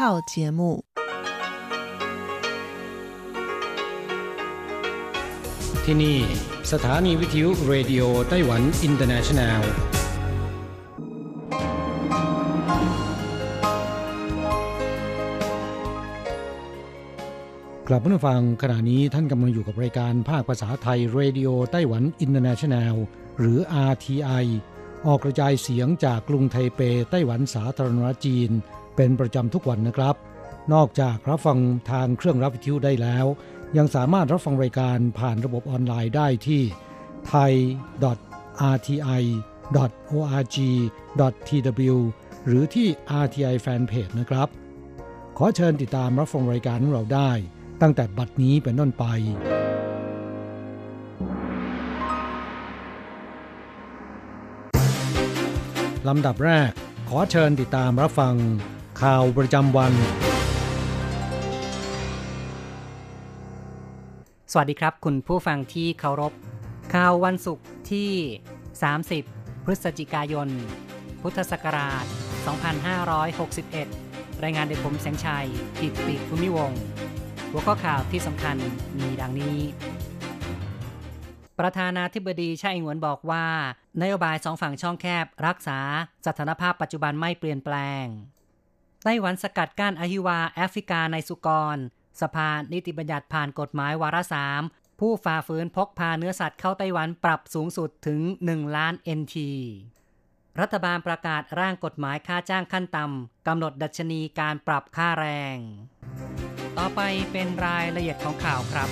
号节目。 ที่นี่สถานีวิทยุเรดิโอไต้หวันอินเตอร์เนชั่นแนลกลับมาฟังขณะนี้ท่านกำลังอยู่กับรายการภาคภาษาไทยเรดิโอไต้หวันอินเตอร์เนชั่นแนลหรือ RTI ออกกระจายเสียงจากกรุงไทเปไต้หวันสาธารณรัฐจีนเป็นประจำทุกวันนะครับนอกจากรับฟังทางเครื่องรับวิทยุได้แล้วยังสามารถรับฟังรายการผ่านระบบออนไลน์ได้ที่ thai.rti.org.tw หรือที่ RTI Fanpage นะครับขอเชิญติดตามรับฟังรายการของเราได้ตั้งแต่บัดนี้เป็นต้นไปลำดับแรกขอเชิญติดตามรับฟังข่าวประจำวันสวัสดีครับคุณผู้ฟังที่เคารพข่าววันศุกร์ที่30พฤศจิกายนพุทธศักราช2561รายงานโดยผมแสงชัยกิตติภูมิวงศ์หัวข้อข่าวที่สำคัญมีดังนี้ประธานาธิบดีไช่อิงหวนบอกว่านโยบาย2ฝั่งช่องแคบรักษาสถานภาพปัจจุบันไม่เปลี่ยนแปลงไต้หวันสกัดกั้นอหิวาแอฟริกาในสุกรสภานิติบัญญัติผ่านกฎหมายวาระ3ผู้ฝ่าฝืนพกพาเนื้อสัตว์เข้าไต้หวันปรับสูงสุดถึง1ล้าน NT รัฐบาลประกาศร่างกฎหมายค่าจ้างขั้นต่ำกำหนดดัชนีการปรับค่าแรงต่อไปเป็นรายละเอียดของข่าวครับ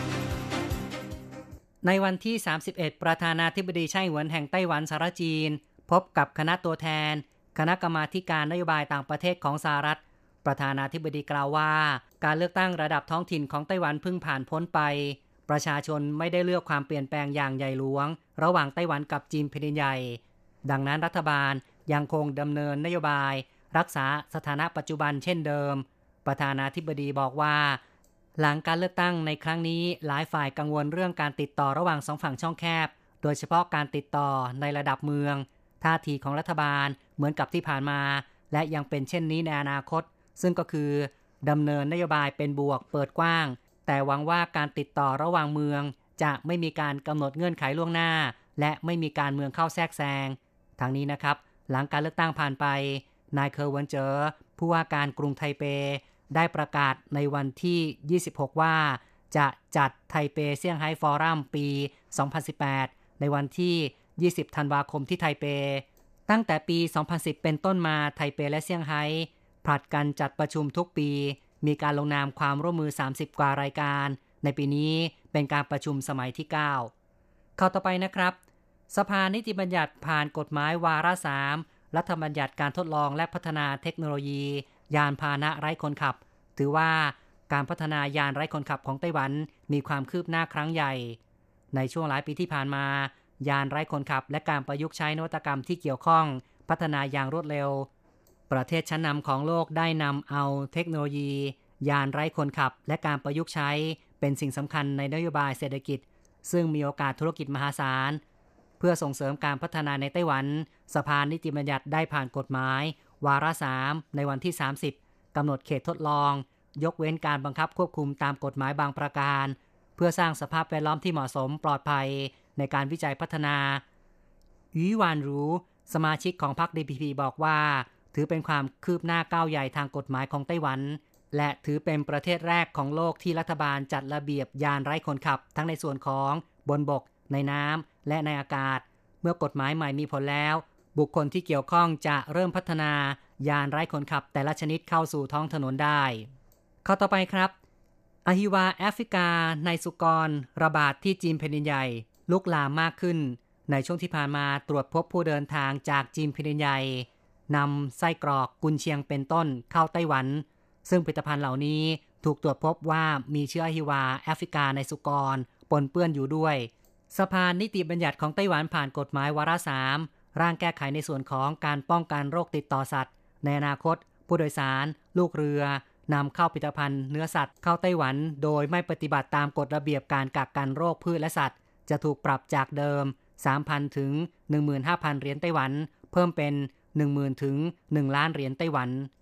ในวันที่31ประธานาธิบดีไช่อิงหวนแห่งไต้หวันสาธารณจีนพบกับคณะตัวแทนคณะกรรมาธิการนโยบายต่างประเทศของสหรัฐประธานาธิบดีกล่าวว่าการเลือกตั้งระดับท้องถิ่นของไต้หวันเพิ่งผ่านพ้นไปประชาชนไม่ได้เลือกความเปลี่ยนแปลงอย่างใหญ่หลวงระหว่างไต้หวันกับจีนแผ่นดินใหญ่ดังนั้นรัฐบาลยังคงดำเนินนโยบายรักษาสถานะปัจจุบันเช่นเดิมประธานาธิบดีบอกว่าหลังการเลือกตั้งในครั้งนี้หลายฝ่ายกังวลเรื่องการติดต่อระหว่างสองฝั่งช่องแคบโดยเฉพาะการติดต่อในระดับเมืองท่าทีของรัฐบาลเหมือนกับที่ผ่านมาและยังเป็นเช่นนี้ในอนาคตซึ่งก็คือดำเนินนโยบายเป็นบวกเปิดกว้างแต่หวังว่าการติดต่อระหว่างเมืองจะไม่มีการกำหนดเงื่อนไขล่วงหน้าและไม่มีการเมืองเข้าแทรกแซงทางนี้นะครับหลังการเลือกตั้งผ่านไปนายเคอร์เวินเจอผู้ว่าการกรุงไทเปได้ประกาศในวันที่26ว่าจะจัดไทเปเซี่ยงไฮ้ฟอรัมปี2018ในวันที่20ธันวาคมที่ไทเปตั้งแต่ปี2010เป็นต้นมาไทเปและเซี่ยงไฮ้ผลัดกันจัดประชุมทุกปีมีการลงนามความร่วมมือ30กว่ารายการในปีนี้เป็นการประชุมสมัยที่9เข้าต่อไปนะครับสภานิติบัญญัติผ่านกฎหมายวาระ3รัฐบัญญัติการทดลองและพัฒนาเทคโนโลยียานพาหนะไร้คนขับถือว่าการพัฒนายานไร้คนขับของไต้หวันมีความคืบหน้าครั้งใหญ่ในช่วงหลายปีที่ผ่านมายานไร้คนขับและการประยุกต์ใช้นวัตกรรมที่เกี่ยวข้องพัฒนาอย่างรวดเร็วประเทศชั้นนำของโลกได้นำเอาเทคโนโลยียานไร้คนขับและการประยุกต์ใช้เป็นสิ่งสำคัญในนโยบายเศรษฐกิจซึ่งมีโอกาสธุรกิจมหาศาลเพื่อส่งเสริมการพัฒนาในไต้หวันสภานิติบัญญัติได้ผ่านกฎหมายวาระ3ในวันที่30กำหนดเขตทดลองยกเว้นการบังคับควบคุมตามกฎหมายบางประการเพื่อสร้างสภาพแวดล้อมที่เหมาะสมปลอดภัยในการวิจัยพัฒนาหยีหวานรูสมาชิกของพรรค DPP บอกว่าถือเป็นความคืบหน้าก้าวใหญ่ทางกฎหมายของไต้หวันและถือเป็นประเทศแรกของโลกที่รัฐบาลจัดระเบียบยานไร้คนขับทั้งในส่วนของบนบกในน้ำและในอากาศเมื่อกฎหมายใหม่มีผลแล้วบุคคลที่เกี่ยวข้องจะเริ่มพัฒนายานไร้คนขับแต่ละชนิดเข้าสู่ท้องถนนได้ข้อต่อไปครับอหิวาแอฟริกาในสุกรระบาดที่จีนแผ่นดินใหญ่ลุกลามมากขึ้นในช่วงที่ผ่านมาตรวจพบผู้เดินทางจากจีนแผ่นดินใหญ่นำไส้กรอกกุนเชียงเป็นต้นเข้าไต้หวันซึ่งผลิตภัณฑ์เหล่านี้ถูกตรวจพบว่ามีเชื้ออหิวาแอฟริกาในสุกรปนเปื้อนอยู่ด้วยสภานิติบัญญัติของไต้หวันผ่านกฎหมายวาระ3ร่างแก้ไขในส่วนของการป้องกันโรคติดต่อสัตว์ในอนาคตผู้โดยสารลูกเรือนำเข้าผลิตภัณฑ์เนื้อสัตว์เข้าไต้หวันโดยไม่ปฏิบัติตามกฎระเบียบการกักกันโรคพืชและสัตว์จะถูกปรับจากเดิม 3,000 ถึง 15,000 เหรียญไต้หวันเพิ่มเป็น 10,000 ถึง 1 ล้านเหรียญไต้หวัน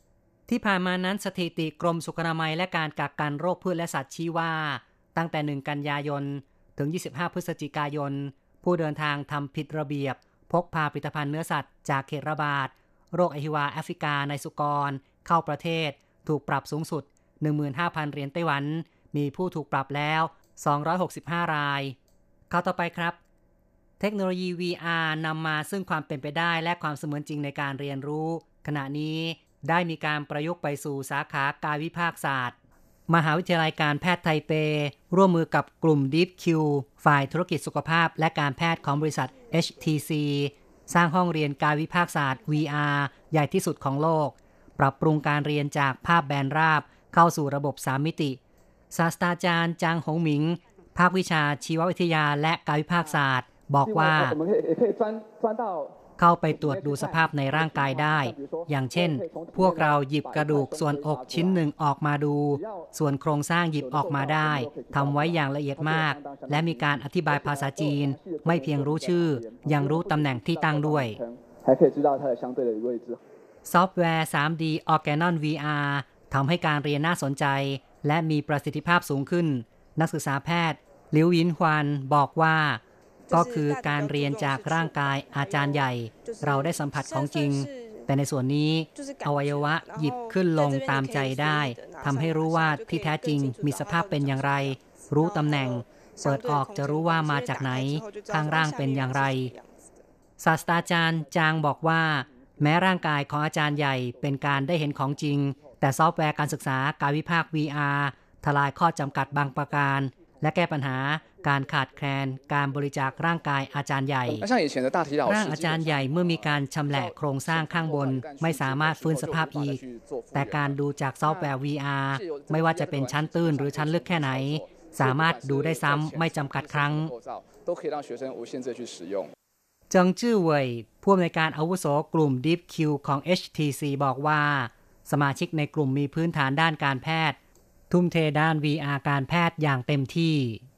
ที่ผ่านมานั้นสถิติกรมสุขอนามัยและการกักกันโรคพืชและสัตว์ชี้ว่าตั้งแต่1กันยายนถึง25พฤศจิกายนผู้เดินทางทำผิดระเบียบพกพาผลิตภัณฑ์เนื้อสัตว์จากเขตระบาดโรคอหิวาแอฟริกาในสุกรเข้าประเทศถูกปรับสูงสุด 15,000 เหรียญไต้หวันมีผู้ถูกปรับแล้ว265รายเข้าต่อไปครับเทคโนโลยี VR นำมาซึ่งความเป็นไปได้และความเสมือนจริงในการเรียนรู้ขณะนี้ได้มีการประยุกต์ไปสู่สาขากายวิภาคศาสตร์มหาวิทยาลัยการแพทย์ไทเปร่วมมือกับกลุ่ม DeepQ ฝ่ายธุรกิจสุขภาพและการแพทย์ของบริษัท HTC สร้างห้องเรียนกายวิภาคศาสตร์ VR ใหญ่ที่สุดของโลกปรับปรุงการเรียนจากภาพแบนราบเข้าสู่ระบบ3มิติศาสตราจารย์จางหงหมิงภาควิชาชีววิทยาและกายวิภาคศาสตร์บอกว่าเข้าไปตรวจดูสภาพในร่างกายได้อย่างเช่นพวกเราหยิบกระดูกส่วนอกชิ้นหนึ่งออกมาดูส่วนโครงสร้างหยิบออกมาได้ทำไว้อย่างละเอียดมากและมีการอธิบายภาษาจีนไม่เพียงรู้ชื่อยังรู้ตำแหน่งที่ตั้งด้วยซอฟต์แวร์ 3D Organon VR ทำให้การเรียนน่าสนใจและมีประสิทธิภาพสูงขึ้นนักศึกษาแพทย์หลิวหยินฮวานบอกว่าก็คือการเรียนจากร่างกายอาจารย์ใหญ่เราได้สัมผัสของจริงแต่ในส่วนนี้อวัยวะหยิบขึ้นลงตามใจได้ทำให้รู้ว่าที่แท้จริงมีสภาพเป็นอย่างไรรู้ตำแหน่งเปิดออกจะรู้ว่ามาจากไหนข้างล่างเป็นอย่างไรศาสตราจารย์จางบอกว่าแม้ร่างกายของอาจารย์ใหญ่เป็นการได้เห็นของจริงแต่ซอฟต์แวร์การศึกษากายวิภาค VR ทลายข้อจำกัดบางประการและแก้ปัญหาการขาดแคลนการบริจาคร่างกายอาจารย์ใหญ่ร่างอาจารย์ใหญ่เมื่อมีการชำแหละโครงสร้างข้างบนไม่สามารถฟื้นสภาพอีกแต่การดูจากซอฟต์แวร์ VR ไม่ว่าจะเป็นชั้นตื้นหรือชั้นลึกแค่ไหนสามารถดูได้ซ้ำไม่จำกัดครั้งเจิงจื้อเว่ยผู้อำนวยการอาวุโสกลุ่ม DeepQ ของ HTC บอกว่าสมาชิกในกลุ่มมีพื้นฐานด้านการแพทย์ทุ่มเทด้าน VR การแพทย์อย่างเต็มที่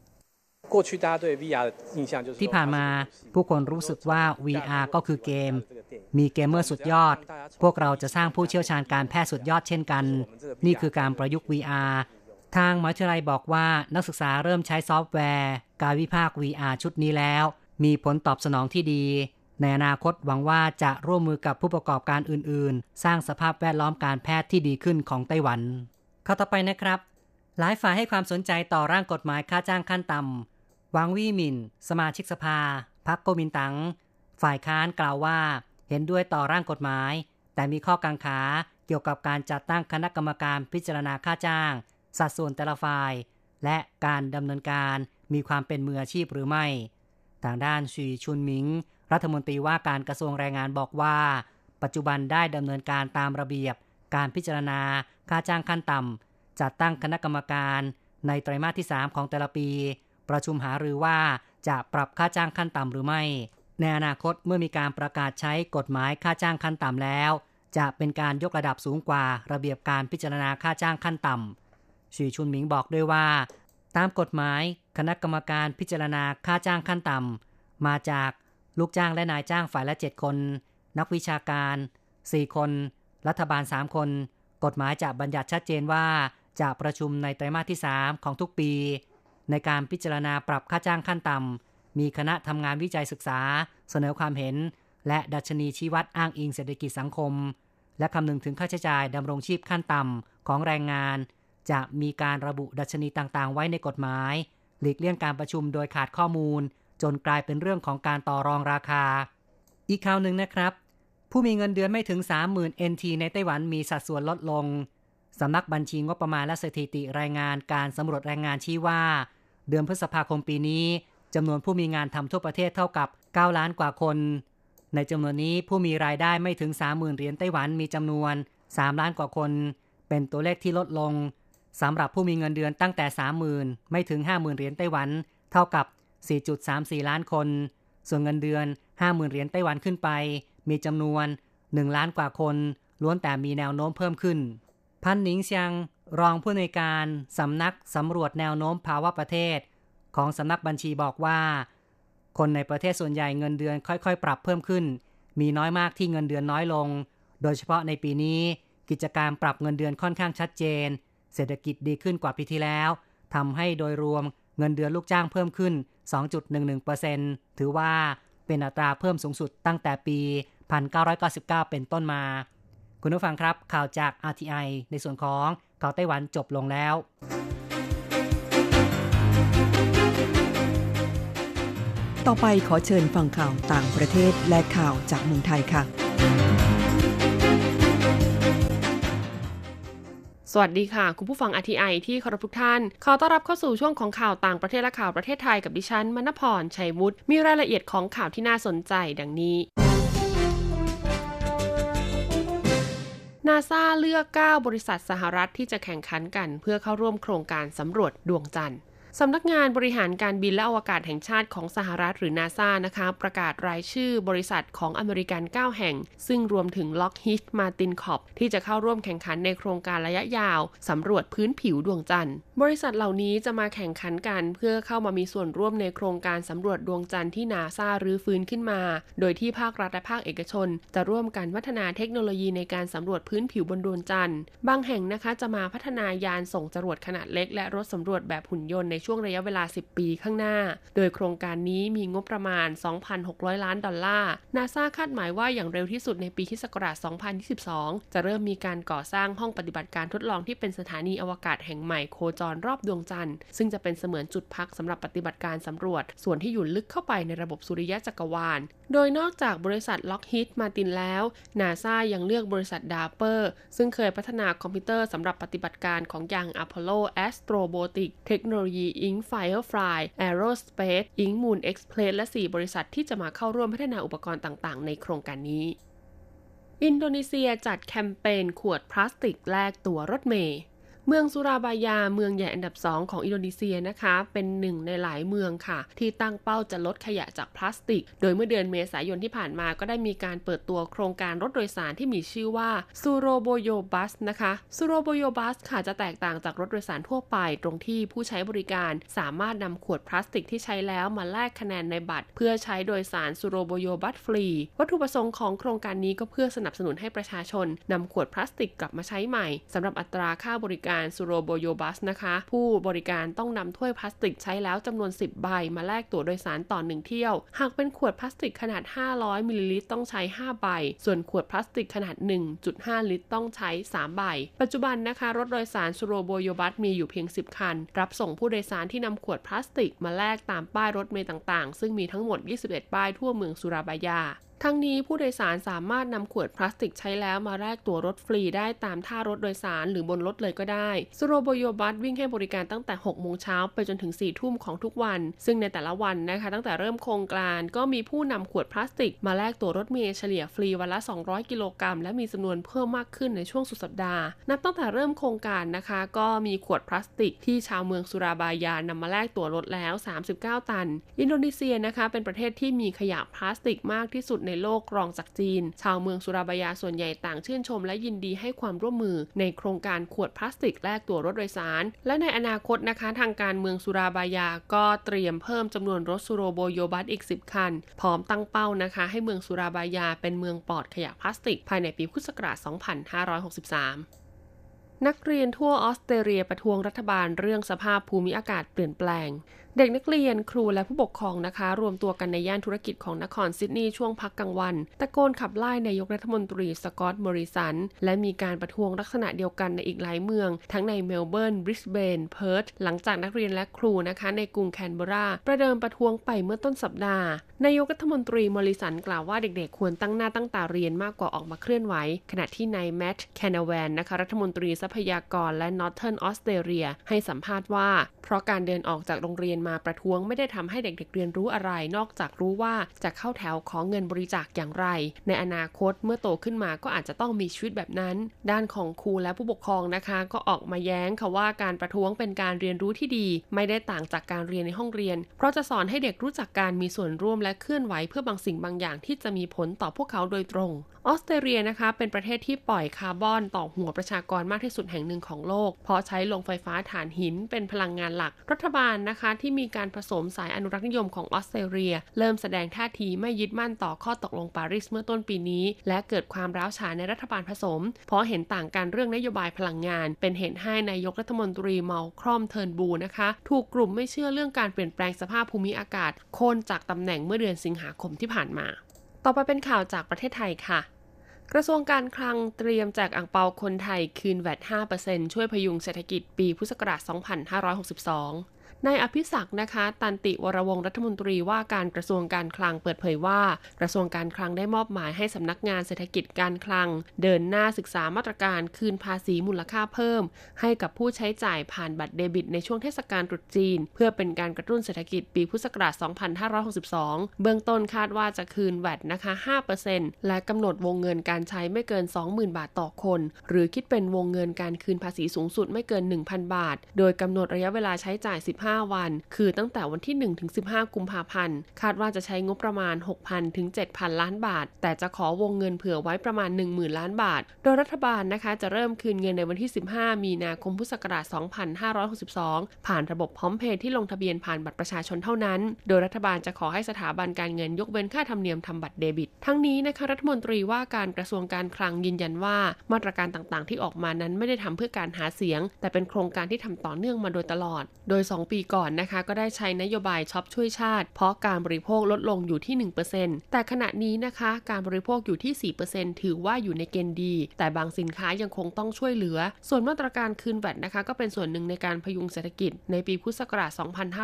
ที่ผ่านมาผู้คนรู้สึกว่า VR ก็คือเกมมีเกมเมอร์สุดยอดพวกเราจะสร้างผู้เชี่ยวชาญการแพทย์สุดยอดเช่นกันนี่คือการประยุกต์ VR ทางมหาวิทยาลัยบอกว่านักศึกษาเริ่มใช้ซอฟต์แวร์การวิภาค VR ชุดนี้แล้วมีผลตอบสนองที่ดีในอนาคตหวังว่าจะร่วมมือกับผู้ประกอบการอื่นๆสร้างสภาพแวดล้อมการแพทย์ที่ดีขึ้นของไต้หวันข้อต่อไปนะครับหลายฝ่ายให้ความสนใจต่อร่างกฎหมายค่าจ้างขั้นต่ำหวังวี่หมินสมาชิกสภาพรรคก๊กมินตั๋งฝ่ายค้านกล่าวว่าเห็นด้วยต่อร่างกฎหมายแต่มีข้อกังขาเกี่ยวกับการจัดตั้งคณะกรรมการพิจารณาค่าจ้างสัดส่วนแต่ละฝ่ายและการดำเนินการมีความเป็นมืออาชีพหรือไม่ทางด้านชีชุนหมิงรัฐมนตรีว่าการกระทรวงแรงงานบอกว่าปัจจุบันได้ดำเนินการตามระเบียบการพิจารณาค่าจ้างขั้นต่ำจัดตั้งคณะกรรมการในไตรมาสที่3ของแต่ละปีประชุมหารือว่าจะปรับค่าจ้างขั้นต่ำหรือไม่ในอนาคตเมื่อมีการประกาศใช้กฎหมายค่าจ้างขั้นต่ำแล้วจะเป็นการยกระดับสูงกว่าระเบียบการพิจารณาค่าจ้างขั้นต่ำชีชุนหมิงบอกด้วยว่าตามกฎหมายคณะกรรมการพิจารณาค่าจ้างขั้นต่ำมาจากลูกจ้างและนายจ้างฝ่ายละ7คนนักวิชาการ4คนรัฐบาล3คนกฎหมายจะบัญญัติชัดเจนว่าจะประชุมในไตรมาสที่3ของทุกปีในการพิจารณาปรับค่าจ้างขั้นต่ำมีคณะทำงานวิจัยศึกษาเสนอความเห็นและดัชนีชี้วัดอ้างอิงเศรษฐกิจสังคมและคำนึงถึงค่าใช้จ่ายดำรงชีพขั้นต่ำของแรงงานจะมีการระบุดัชนีต่างๆไว้ในกฎหมายหลีกเลี่ยงการประชุมโดยขาดข้อมูลจนกลายเป็นเรื่องของการต่อรองราคาอีกข่าวหนึ่งนะครับผู้มีเงินเดือนไม่ถึง 30,000 NT ในไต้หวันมีสัดส่วนลดลงสำนักบัญชีงบประมาณและสถิติรายงานการสำรวจแรงงานชี้ว่าเดือนพฤษภาคมปีนี้จำนวนผู้มีงานทำทั่วประเทศเท่ากับ9ล้านกว่าคนในจำนวนนี้ผู้มีรายได้ไม่ถึง 30,000 เหรียญไต้หวันมีจำนวน3ล้านกว่าคนเป็นตัวเลขที่ลดลงสำหรับผู้มีเงินเดือนตั้งแต่ 30,000 ไม่ถึง 50,000 เหรียญไต้หวันเท่ากับ 4.34 ล้านคนส่วนเงินเดือน 50,000 เหรียญไต้หวันขึ้นไปมีจำนวน1ล้านกว่าคนล้วนแต่มีแนวโน้มเพิ่มขึ้นพันหนิงเซียงรองผู้อำนวยการสำนักสำรวจแนวโน้มภาวะประเทศของสำนักบัญชีบอกว่าคนในประเทศส่วนใหญ่เงินเดือนค่อยๆปรับเพิ่มขึ้นมีน้อยมากที่เงินเดือนน้อยลงโดยเฉพาะในปีนี้กิจการปรับเงินเดือนค่อนข้างชัดเจนเศรษฐกิจดีขึ้นกว่าปีที่แล้วทำให้โดยรวมเงินเดือนลูกจ้างเพิ่มขึ้น 2.11% ถือว่าเป็นอัตราเพิ่มสูงสุดตั้งแต่ปี 1999 เป็นต้นมาคุณผู้ฟังครับข่าวจาก RTI ในส่วนของข่าวไต้หวันจบลงแล้วต่อไปขอเชิญฟังข่าวต่างประเทศและข่าวจากเมืองไทยค่ะสวัสดีค่ะคุณผู้ฟัง RTI ที่เคารพทุกท่านขอต้อนรับเข้าสู่ช่วงของข่าวต่างประเทศและข่าวประเทศไทยกับดิฉันมณพร ชัยวุฒิมีรายละเอียดของข่าวที่น่าสนใจดังนี้ NASA เลือก9บริษัทสหรัฐที่จะแข่งขันกันเพื่อเข้าร่วมโครงการสำรวจดวงจันทร์สำนักงานบริหารการบินและอวกาศแห่งชาติของสหรัฐหรือ NASA นะคะประกาศรายชื่อบริษัทของอเมริกัน9แห่งซึ่งรวมถึง Lockheed Martin Corp ที่จะเข้าร่วมแข่งขันในโครงการระยะยาวสำรวจพื้นผิวดวงจันทร์บริษัทเหล่านี้จะมาแข่งขันกันเพื่อเข้ามามีส่วนร่วมในโครงการสำรวจดวงจันทร์ที่ NASA รื้อฟื้นขึ้นมาโดยที่ภาครัฐและภาคเอกชนจะร่วมกันพัฒนาเทคโนโลยีในการสำรวจพื้นผิวบนดวงจันทร์บางแห่งนะคะจะมาพัฒนายานส่งจรวดขนาดเล็กและรถสำรวจแบบหุ่นยนต์ในช่วงระยะเวลา10 ปีข้างหน้าโดยโครงการนี้มีงบประมาณ 2,600 ล้านดอลลาร์ NASA คาดหมายว่าอย่างเร็วที่สุดในปีค.ศ. 2022 จะเริ่มมีการก่อสร้างห้องปฏิบัติการทดลองที่เป็นสถานีอวกาศแห่งใหม่โคจรรอบดวงจันทร์ซึ่งจะเป็นเสมือนจุดพักสำหรับปฏิบัติการสำรวจส่วนที่อยู่ลึกเข้าไปในระบบสุริยะจักรวาลโดยนอกจากบริษัท Lockheed Martin แล้ว NASA ยังเลือกบริษัท DARPA ซึ่งเคยพัฒนาคอมพิวเตอร์สำหรับปฏิบัติการของยาน Apollo Astrobotic Technology Inc. Firefly Aerospace Inc. Moon Express และ 4 บริษัทที่จะมาเข้าร่วมพัฒนาอุปกรณ์ต่างๆในโครงการนี้อินโดนีเซียจัดแคมเปญขวดพลาสติกแลกตั๋วรถเมล์เมืองสุราบายาเมืองใหญ่อันดับ2ของอินโดนีเซียนะคะเป็นหนึ่งในหลายเมืองค่ะที่ตั้งเป้าจะลดขยะจากพลาสติกโดยเมื่อเดือนเมษายนที่ผ่านมาก็ได้มีการเปิดตัวโครงการรถโดยสารที่มีชื่อว่าซูโรโบโยบัสนะคะซูโรโบโยบัสค่ะจะแตกต่างจากรถโดยสารทั่วไปตรงที่ผู้ใช้บริการสามารถนำขวดพลาสติกที่ใช้แล้วมาแลกคะแนนในบัตรเพื่อใช้โดยสารซูโรโบโยบัสฟรีวัตถุประสงค์ของโครงการนี้ก็เพื่อสนับสนุนให้ประชาชนนำขวดพลาสติกกลับมาใช้ใหม่สำหรับอัตราค่าบริการซูโรโบโยบัสนะคะผู้บริการต้องนำถ้วยพลาสติกใช้แล้วจำนวน10ใบมาแลกตั๋วโดยสารต่อ1เที่ยวหากเป็นขวดพลาสติกขนาด500มิลลิลิตรต้องใช้5ใบส่วนขวดพลาสติกขนาด 1.5 ลิตรต้องใช้3ใบปัจจุบันนะคะรถโดยสารซูโรโบโยบัสมีอยู่เพียง10คันรับส่งผู้โดยสารที่นำขวดพลาสติกมาแลกตามป้ายรถเมล์ต่างๆซึ่งมีทั้งหมด21ป้ายทั่วเมืองสุราบายาทั้งนี้ผู้โดยสารสามารถนำขวดพลาสติกใช้แล้วมาแลกตั๋วรถฟรีได้ตามท่ารถโดยสารหรือบนรถเลยก็ได้ซูโรโบโยบัสวิ่งให้บริการตั้งแต่ 6 โมงเช้าไปจนถึง 4 ทุ่มของทุกวันซึ่งในแต่ละวันนะคะตั้งแต่เริ่มโครงการก็มีผู้นำขวดพลาสติกมาแลกตั๋วรถเมล์เฉลี่ยฟรีวันละ200กิโลกรัมและมีจำนวนเพิ่มมากขึ้นในช่วงสุดสัปดาห์นับตั้งแต่เริ่มโครงการนะคะก็มีขวดพลาสติกที่ชาวเมืองสุราบายานำมาแลกตั๋วรถแล้ว39ตันอินโดนีเซียนะคะเป็นประเทศที่มีขยะพลาสติกมากที่สุดในโลกรองจากจีนชาวเมืองสุราบายาส่วนใหญ่ต่างชื่นชมและยินดีให้ความร่วมมือในโครงการขวดพลาสติกแลกตั๋วรถโดยสารและในอนาคตนะคะทางการเมืองสุราบายาก็เตรียมเพิ่มจำนวนรถซูโรโบโยบัสอีก10คันพร้อมตั้งเป้านะคะให้เมืองสุราบายาเป็นเมืองปลอดขยะพลาสติกภายในปีพุทธศักราช 2563 นักเรียนทั่วออสเตรเลียประท้วงรัฐบาลเรื่องสภาพภูมิอากาศเปลี่ยนแปลงเด็กนักเรียนครูและผู้ปกครองนะคะรวมตัวกันในย่านธุรกิจของนครซิดนีย์ช่วงพักกลางวันตะโกนขับไล่นายกรัฐมนตรีสกอตต์มอริสันและมีการประท้วงลักษณะเดียวกันในอีกหลายเมืองทั้งในเมลเบิร์นบริสเบนเพิร์ธหลังจากนักเรียนและครูนะคะในกรุงแคนเบอราประเดิมประท้วงไปเมื่อต้นสัปดาห์นายกรัฐมนตรีมอริสันกล่าวว่าเด็กๆควรตั้งหน้าตั้งตาเรียนมากกว่าออกมาเคลื่อนไหวขณะที่นายแมตต์แคนนาแวนนะคะรัฐมนตรีทรัพยากรและนอร์เทิร์นออสเตรเลียให้สัมภาษณ์ว่าเพราะการเดินออกจากโรงเรียนมาประท้วงไม่ได้ทำให้เด็กๆเรียนรู้อะไรนอกจากรู้ว่าจะเข้าแถวขอเงินบริจาคอย่างไรในอนาคตเมื่อโตขึ้นมาก็อาจจะต้องมีชีวิตแบบนั้นด้านของครูและผู้ปกครองนะคะก็ออกมาแย้งค่ะว่าการประท้วงเป็นการเรียนรู้ที่ดีไม่ได้ต่างจากการเรียนในห้องเรียนเพราะจะสอนให้เด็กรู้จักการมีส่วนร่วมและเคลื่อนไหวเพื่อบางสิ่งบางอย่างที่จะมีผลต่อพวกเขาโดยตรงออสเตรเลียนะคะเป็นประเทศที่ปล่อยคาร์บอนต่อหัวประชากรมากที่สุดสุดแห่งหนึ่งของโลกเพราะใช้โรงไฟฟ้าถ่านหินเป็นพลังงานหลักรัฐบาลนะคะที่มีการผสมสายอนุรักษ์นิยมของออสเตรเลียเริ่มแสดงท่าทีไม่ยึดมั่นต่อข้อตกลงปารีสเมื่อต้นปีนี้และเกิดความร้าวฉานในรัฐบาลผสมเพราะเห็นต่างกันเรื่องนโยบายพลังงานเป็นเหตุให้นายกรัฐมนตรีมัลคอม เทิร์นบูลนะคะถูกกลุ่มไม่เชื่อเรื่องการเปลี่ยนแปลงสภาพภูมิอากาศโค่นจากตำแหน่งเมื่อเดือนสิงหาคมที่ผ่านมาต่อไปเป็นข่าวจากประเทศไทยค่ะกระทรวงการคลังเตรียมแจกอั่งเปาคนไทยคืนแวต 5% ช่วยพยุงเศรษฐกิจปีพุทธศักราช 2562นายอภิศักดิ์นะคะตันติวรวงศ์รัฐมนตรีว่าการกระทรวงการคลังเปิดเผยว่ากระทรวงการคลังได้มอบหมายให้สำนักงานเศรษฐกิจการคลังเดินหน้าศึกษามาตรการคืนภาษีมูลค่าเพิ่มให้กับผู้ใช้จ่ายผ่านบัตรเดบิตในช่วงเทศกาลตรุษจีนเพื่อเป็นการกระตุ้นเศรษฐกิจปีพุทธศักราช 2562 เบื้องต้นคาดว่าจะคืนแวตนะคะ 5% และกำหนดวงเงินการใช้ไม่เกิน 20,000 บาทต่อคนหรือคิดเป็นวงเงินการคืนภาษีสูงสุดไม่เกิน 1,000 บาทโดยกำหนดระยะเวลาใช้จ่าย 15 วันคือตั้งแต่วันที่ 1 ถึง 15 กุมภาพันธ์คาดว่าจะใช้งบประมาณ 6,000 ถึง 7,000 ล้านบาทแต่จะขอวงเงินเผื่อไว้ประมาณ 10,000 ล้านบาทโดยรัฐบาลนะคะจะเริ่มคืนเงินในวันที่ 15 มีนาคมพุทธศักราช 2562 ผ่านระบบพร้อมเพย์ที่ลงทะเบียนผ่านบัตรประชาชนเท่านั้นโดยรัฐบาลจะขอให้สถาบันการเงินยกเว้นค่าธรรมเนียมทำบัตรเดบิตทั้งนี้นะคะรัฐมนตรีว่าการกระทรวงการคลังยืนยันว่ามาตรการต่างๆที่ออกมานั้นไม่ได้ทำเพื่อการหาเสียงแต่เป็นโครงการที่ทำต่อเนื่องมาโดยตลอดโดย 2 ปีก่อนนะคะก็ได้ใช้นโยบายช็อปช่วยชาติเพราะการบริโภคลดลงอยู่ที่ 1% แต่ขณะนี้นะคะการบริโภคอยู่ที่ 4% ถือว่าอยู่ในเกณฑ์ดีแต่บางสินค้ายังคงต้องช่วยเหลือส่วนมาตรการคืนแวตนะคะก็เป็นส่วนหนึ่งในการพยุงเศรษฐกิจในปีพุทธศักราช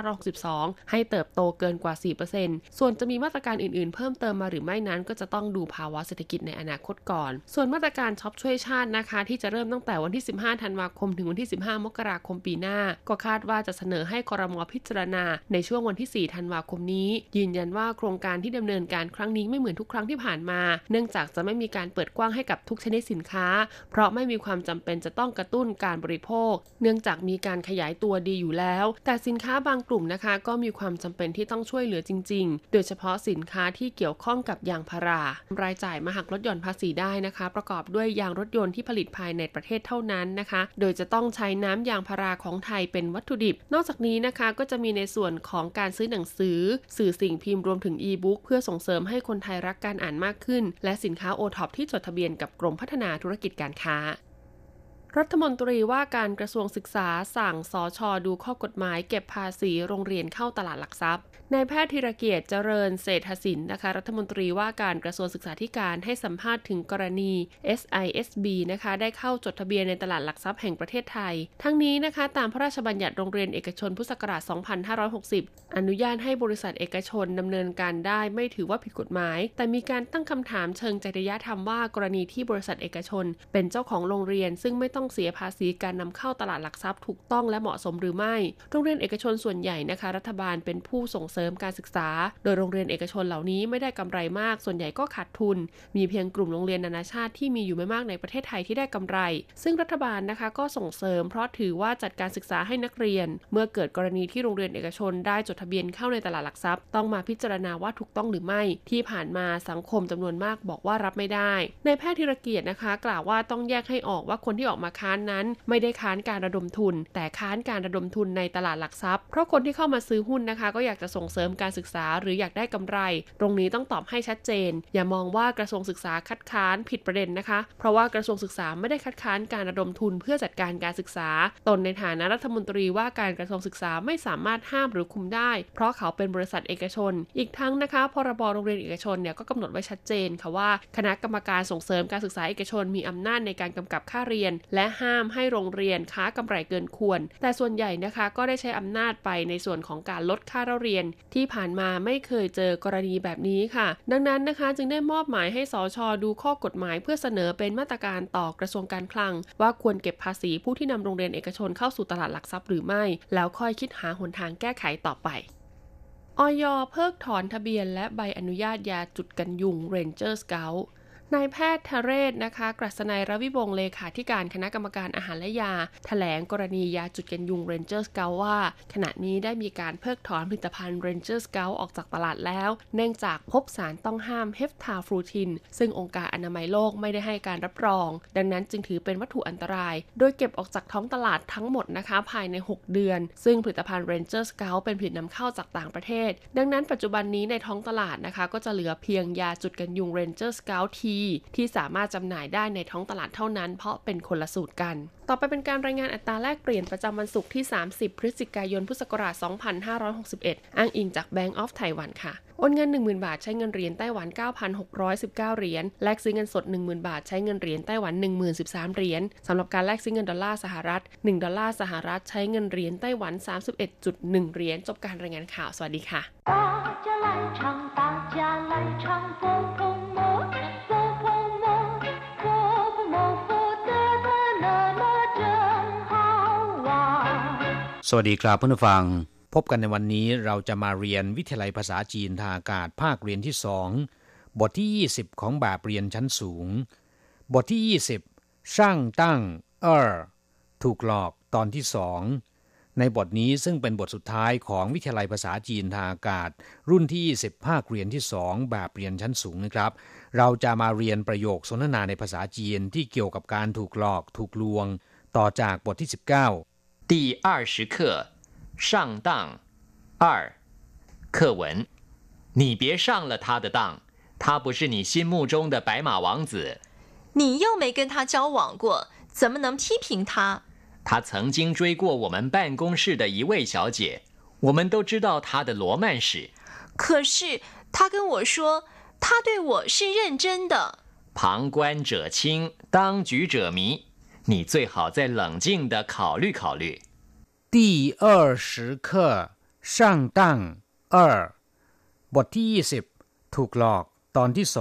2562 ให้เติบโตเกินกว่า 4% ส่วนจะมีมาตรการอื่นๆเพิ่มเติมมาหรือไม่นั้นก็จะต้องดูภาวะเศรษฐกิจในอนาคตก่อนส่วนมาตรการช็อปช่วยชาตินะคะที่จะเริ่มตั้งแต่วันที่ 15 ธันวาคมถึงวันที่ 15 มกราคมปีหน้าก็คาดว่าจะเสนอให้ครม.พิจารณาในช่วงวันที่ 4 ธันวาคมนี้ยืนยันว่าโครงการที่ดำเนินการครั้งนี้ไม่เหมือนทุกครั้งที่ผ่านมาเนื่องจากจะไม่มีการเปิดกว้างให้กับทุกชนิดสินค้าเพราะไม่มีความจำเป็นจะต้องกระตุ้นการบริโภคเนื่องจากมีการขยายตัวดีอยู่แล้วแต่สินค้าบางกลุ่มนะคะก็มีความจำเป็นที่ต้องช่วยเหลือจริงๆโดยเฉพาะสินค้าที่เกี่ยวข้องกับยางพารารายจ่ายมาหักลดหย่อนภาษีได้นะคะประกอบด้วยยางรถยนต์ที่ผลิตภายในประเทศเท่านั้นนะคะโดยจะต้องใช้น้ำยางพาราของไทยเป็นวัตถุดิบนอกจากนี้นะคะก็จะมีในส่วนของการซื้อหนังสือสื่อสิ่งพิมพ์รวมถึงอีบุ๊กเพื่อส่งเสริมให้คนไทยรักการอ่านมากขึ้นและสินค้าโอท็อปที่จดทะเบียนกับกรมพัฒนาธุรกิจการค้ารัฐมนตรีว่าการกระทรวงศึกษาสั่งสช.ดูข้อกฎหมายเก็บภาษีโรงเรียนเข้าตลาดหลักทรัพย์นายแพทย์ธีรเกียรติเจริญเศรษฐศิลป์นะคะรัฐมนตรีว่าการกระทรวงศึกษาธิการให้สัมภาษณ์ถึงกรณี SISB นะคะได้เข้าจดทะเบียนในตลาดหลักทรัพย์แห่งประเทศไทยทั้งนี้นะคะตามพระราชบัญญัติโรงเรียนเอกชนพุทธศักราช 2560 อนุญาตให้บริษัทเอกชนดำเนินการได้ไม่ถือว่าผิดกฎหมายแต่มีการตั้งคำถามเชิงจริยธรรมว่ากรณีที่บริษัทเอกชนเป็นเจ้าของโรงเรียนซึ่งไม่ต้องเสียภาษีการนำเข้าตลาดหลักทรัพย์ถูกต้องและเหมาะสมหรือไม่โรงเรียนเอกชนส่วนใหญ่นะคะรัฐบาลเป็นผู้ส่งเสริมการศึกษาโดยโรงเรียนเอกชนเหล่านี้ไม่ได้กำไรมากส่วนใหญ่ก็ขาดทุนมีเพียงกลุ่มโรงเรียนนานาชาติที่มีอยู่ไม่มากในประเทศไทยที่ได้กำไรซึ่งรัฐบาลนะคะก็ส่งเสริมเพราะถือว่าจัดการศึกษาให้นักเรียนเมื่อเกิดกรณีที่โรงเรียนเอกชนได้จดทะเบียนเข้าในตลาดหลักทรัพย์ต้องมาพิจารณาว่าถูกต้องหรือไม่ที่ผ่านมาสังคมจำนวนมากบอกว่ารับไม่ได้นายแพทย์ธีรเกียรตินะคะกล่าวว่าต้องแยกให้ออกว่าคนที่ออกมาค้านนั้นไม่ได้ค้านการระดมทุนแต่ค้านการระดมทุนในตลาดหลักทรัพย์เพราะคนที่เข้ามาซื้อหุ้นนะคะก็อยากจะส่งเสริมการศึกษาหรืออยากได้กำไรตรงนี้ต้องตอบให้ชัดเจนอย่ามองว่ากระทรวงศึกษาคัดค้านผิดประเด็นนะคะเพราะว่ากระทรวงศึกษาไม่ได้คัดค้านการระดมทุนเพื่อจัดการการศึกษาตนในฐานะรัฐมนตรีว่าการกระทรวงศึกษาไม่สามารถห้ามหรือคุมได้เพราะเขาเป็นบริษัทเอกชนอีกทั้งนะคะพรบโรงเรียนเอกชนเนี่ยก็กำหนดไว้ชัดเจนค่ะว่าคณะกรรมการส่งเสริมการศึกษาเอกชนมีอำนาจในการกำกับค่าเรียนและห้ามให้โรงเรียนค้ากำไรเกินควรแต่ส่วนใหญ่นะคะก็ได้ใช้อำนาจไปในส่วนของการลดค่าเรียนที่ผ่านมาไม่เคยเจอกรณีแบบนี้ค่ะดังนั้นนะคะจึงได้มอบหมายให้สช.ดูข้อกฎหมายเพื่อเสนอเป็นมาตรการต่อกระทรวงการคลังว่าควรเก็บภาษีผู้ที่นำโรงเรียนเอกชนเข้าสู่ตลาดหลักทรัพย์หรือไม่แล้วค่อยคิดหาหนทางแก้ไขต่อไปอย.เพิกถอนทะเบียนและใบอนุญาตยาจุดกันยุง Ranger Scout นายแพทย์ทเรศนะคะกฤษณัย รวิวงศ์เลขาธิการคณะกรรมการอาหารและยาแถลงกรณียาจุดกันยุง Ranger Scout ว่าขณะนี้ได้มีการเพิกถอนผลิตภัณฑ์ Ranger Scout ออกจากตลาดแล้วเนื่องจากพบสารต้องห้ามเฮฟทาฟลูทินซึ่งองค์การอนามัยโลกไม่ได้ให้การรับรองดังนั้นจึงถือเป็นวัตถุอันตรายโดยเก็บออกจากท้องตลาดทั้งหมดนะคะภายใน6เดือนซึ่งผลิตภัณฑ์ Ranger Scout เป็นผลิตนำเข้าจากต่างประเทศดังนั้นปัจจุบันนี้ในท้องตลาดนะคะก็จะเหลือเพียงยาจุดกันยุง Ranger Scout T ที่สามารถจำหน่ายได้ในท้องตลาดเท่านั้นเพราะเป็นคนละสูตรกันต่อไปเป็นการรายงานอัตราแลกเปลี่ยนประจำวันศุกร์ที่30พฤศจิกายนพุทธศักราช2561อ้างอิงจาก Bank of Taiwan ค่ะโอนเงิน 10,000 บาทใช้เงินเหรียญไต้หวัน 9,619 เหรียญแลกซื้อเงินสด 10,000 บาทใช้เงินเหรียญไต้หวัน 10,013 เหรียญสำหรับการแลกซื้อเงินดอลลาร์สหรัฐ1ดอลลาร์สหรัฐใช้เงินเหรียญไต้หวัน 31.1 เหรียญจบการรายงานข่าวสวัสดีค่ะสวัสดีครับเพื่อนผู้ฟังพบกันในวันนี้เราจะมาเรียนวิทยาลัยภาษาจีนทางอากาศภาคเรียนที่2บทที่20ของแบบเรียนชั้นสูงบทที่20ช่างตั้งถูกหลอกตอนที่2ในบทนี้ซึ่งเป็นบทสุดท้ายของวิทยาลัยภาษาจีนทางอากาศรุ่นที่20ภาคเรียนที่2แบบเรียนชั้นสูงนะครับเราจะมาเรียนประโยคสนทนาในภาษาจีนที่เกี่ยวกับการถูกหลอกถูกลวงต่อจากบทที่19 第20课上当2课文你别上了他的当他不是你心目中的白马王子你又没跟他交往过怎么能批评他他曾经追过我们办公室的一位小姐我们都知道他的罗曼史可是他跟我说他对我是认真的旁观者清当局者迷你最好再冷静地考虑考虑第20课上当2บทที่20ถูกหลอกตอนที่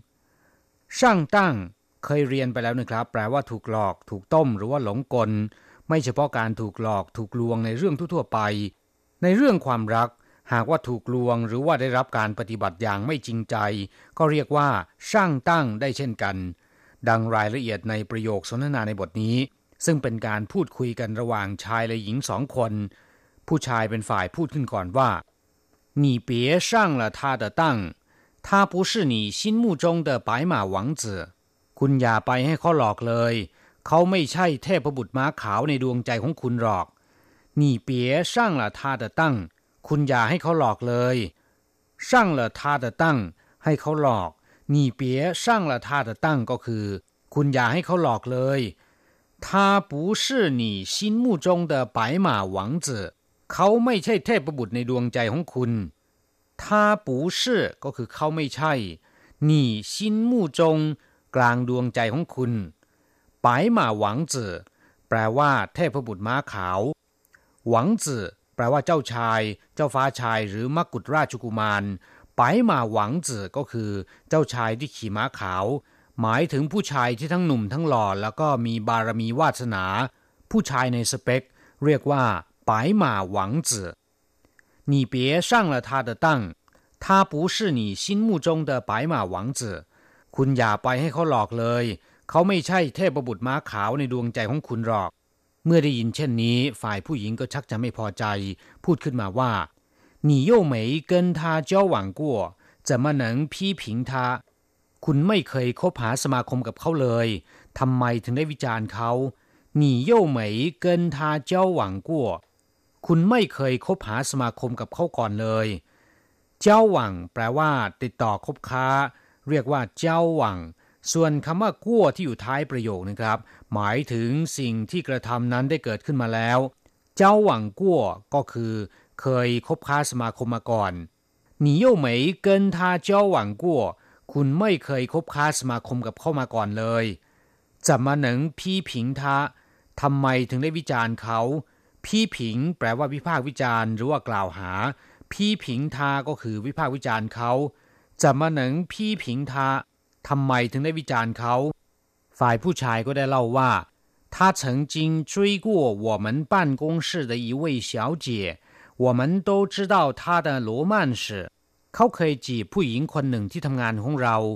2ช่างตั้งเคยเรียนไปแล้วนะครับแปลว่าถูกหลอกถูกต้มหรือว่าหลงกลไม่เฉพาะการถูกหลอกถูกลวงในเรื่องทั่วๆไปในเรื่องความรักหากว่าถูกลวงหรือว่าได้รับการปฏิบัติอย่างไม่จริงใจก็เรียกว่าช่างตั้งได้เช่นกันดังรายละเอียดในประโยคสนทนาในบทนี้ซึ่งเป็นการพูดคุยกันระหว่างชายและหญิง2คนผู้ชายเป็นฝ่ายพูดขึ้นก่อนว่า你别上了他的当他不是你心目中的白马王子คุณอย่าไปให้เขาหลอกเลยเขาไม่ใช่เทพบุตรม้าขาวในดวงใจของคุณหรอก你别上了他的当คุณอย่าให้เขาหลอกเลย上了他的当ให้เขาหลอก你别上了他的当ก็คือคุณอย่าให้เขาหลอกเลย他不是你心目中的白马王子เขาไม่ใช่เทพบุตรในดวงใจของคุณ他不是ก็คือเขาไม่ใช่你心目中กลางดวงใจของคุณ白马王子แปลว่าเทพบุตรม้าขาวหวังจื่อแปลว่าเจ้าชายเจ้าฟ้าชายหรือมกุฎราชกุมารไปมาหวังจื่อก็คือเจ้าชายที่ขี่ม้าขาวหมายถึงผู้ชายที่ทั้งหนุ่มทั้งหล่อแล้วก็มีบารมีวาสนาผู้ชายในสเปคเรียกว่าไปมาหวังจื่อ你别上了他的当他不是你心目中的白马王子คุณอย่าไปให้เขาหลอกเลยเขาไม่ใช่เทพบุตรม้าขาวในดวงใจของคุณหรอกเมื่อได้ยินเช่นนี้ฝ่ายผู้หญิงก็ชักจะไม่พอใจพูดขึ้นมาว่า你又没跟他交往过怎么能批评他คุณไม่เคยคบหาสมาคมกับเขาเลยทำไมถึงได้วิจารณ์เขา你又没跟他交往过คุณไม่เคยคบหาสมาคมกับเขาก่อนเลยเจ้าหวังแปลว่าติดต่อคบค้าเรียกว่าเจ้าหวังส่วนคำว่ากั้วที่อยู่ท้ายประโยคนะครับหมายถึงสิ่งที่กระทำนั้นได้เกิดขึ้นมาแล้วเจ้าหวังกั้วก็คือเคยคบค้าสมาคมมาก่อน你又没跟他交往过คุณไม่เคยคบค้าสมาคมกับเขามาก่อนเลย怎么能批评他ทำไมถึงได้วิจารณ์เขา批评แปลว่าวิพากษ์วิจารณ์หรือว่ากล่าวหา批评他ก็คือวิพากษ์วิจารณ์เขา怎么能批评他ทำไมถึงได้วิจารณ์เขาฝ่ายผู้ชายก็ได้เล่าว่า他曾经追过我们办公室的一位小姐我们都知道她的罗曼史เขาเคยจีบผู้หญิงคนหนึ่งที่ทำงานของเรา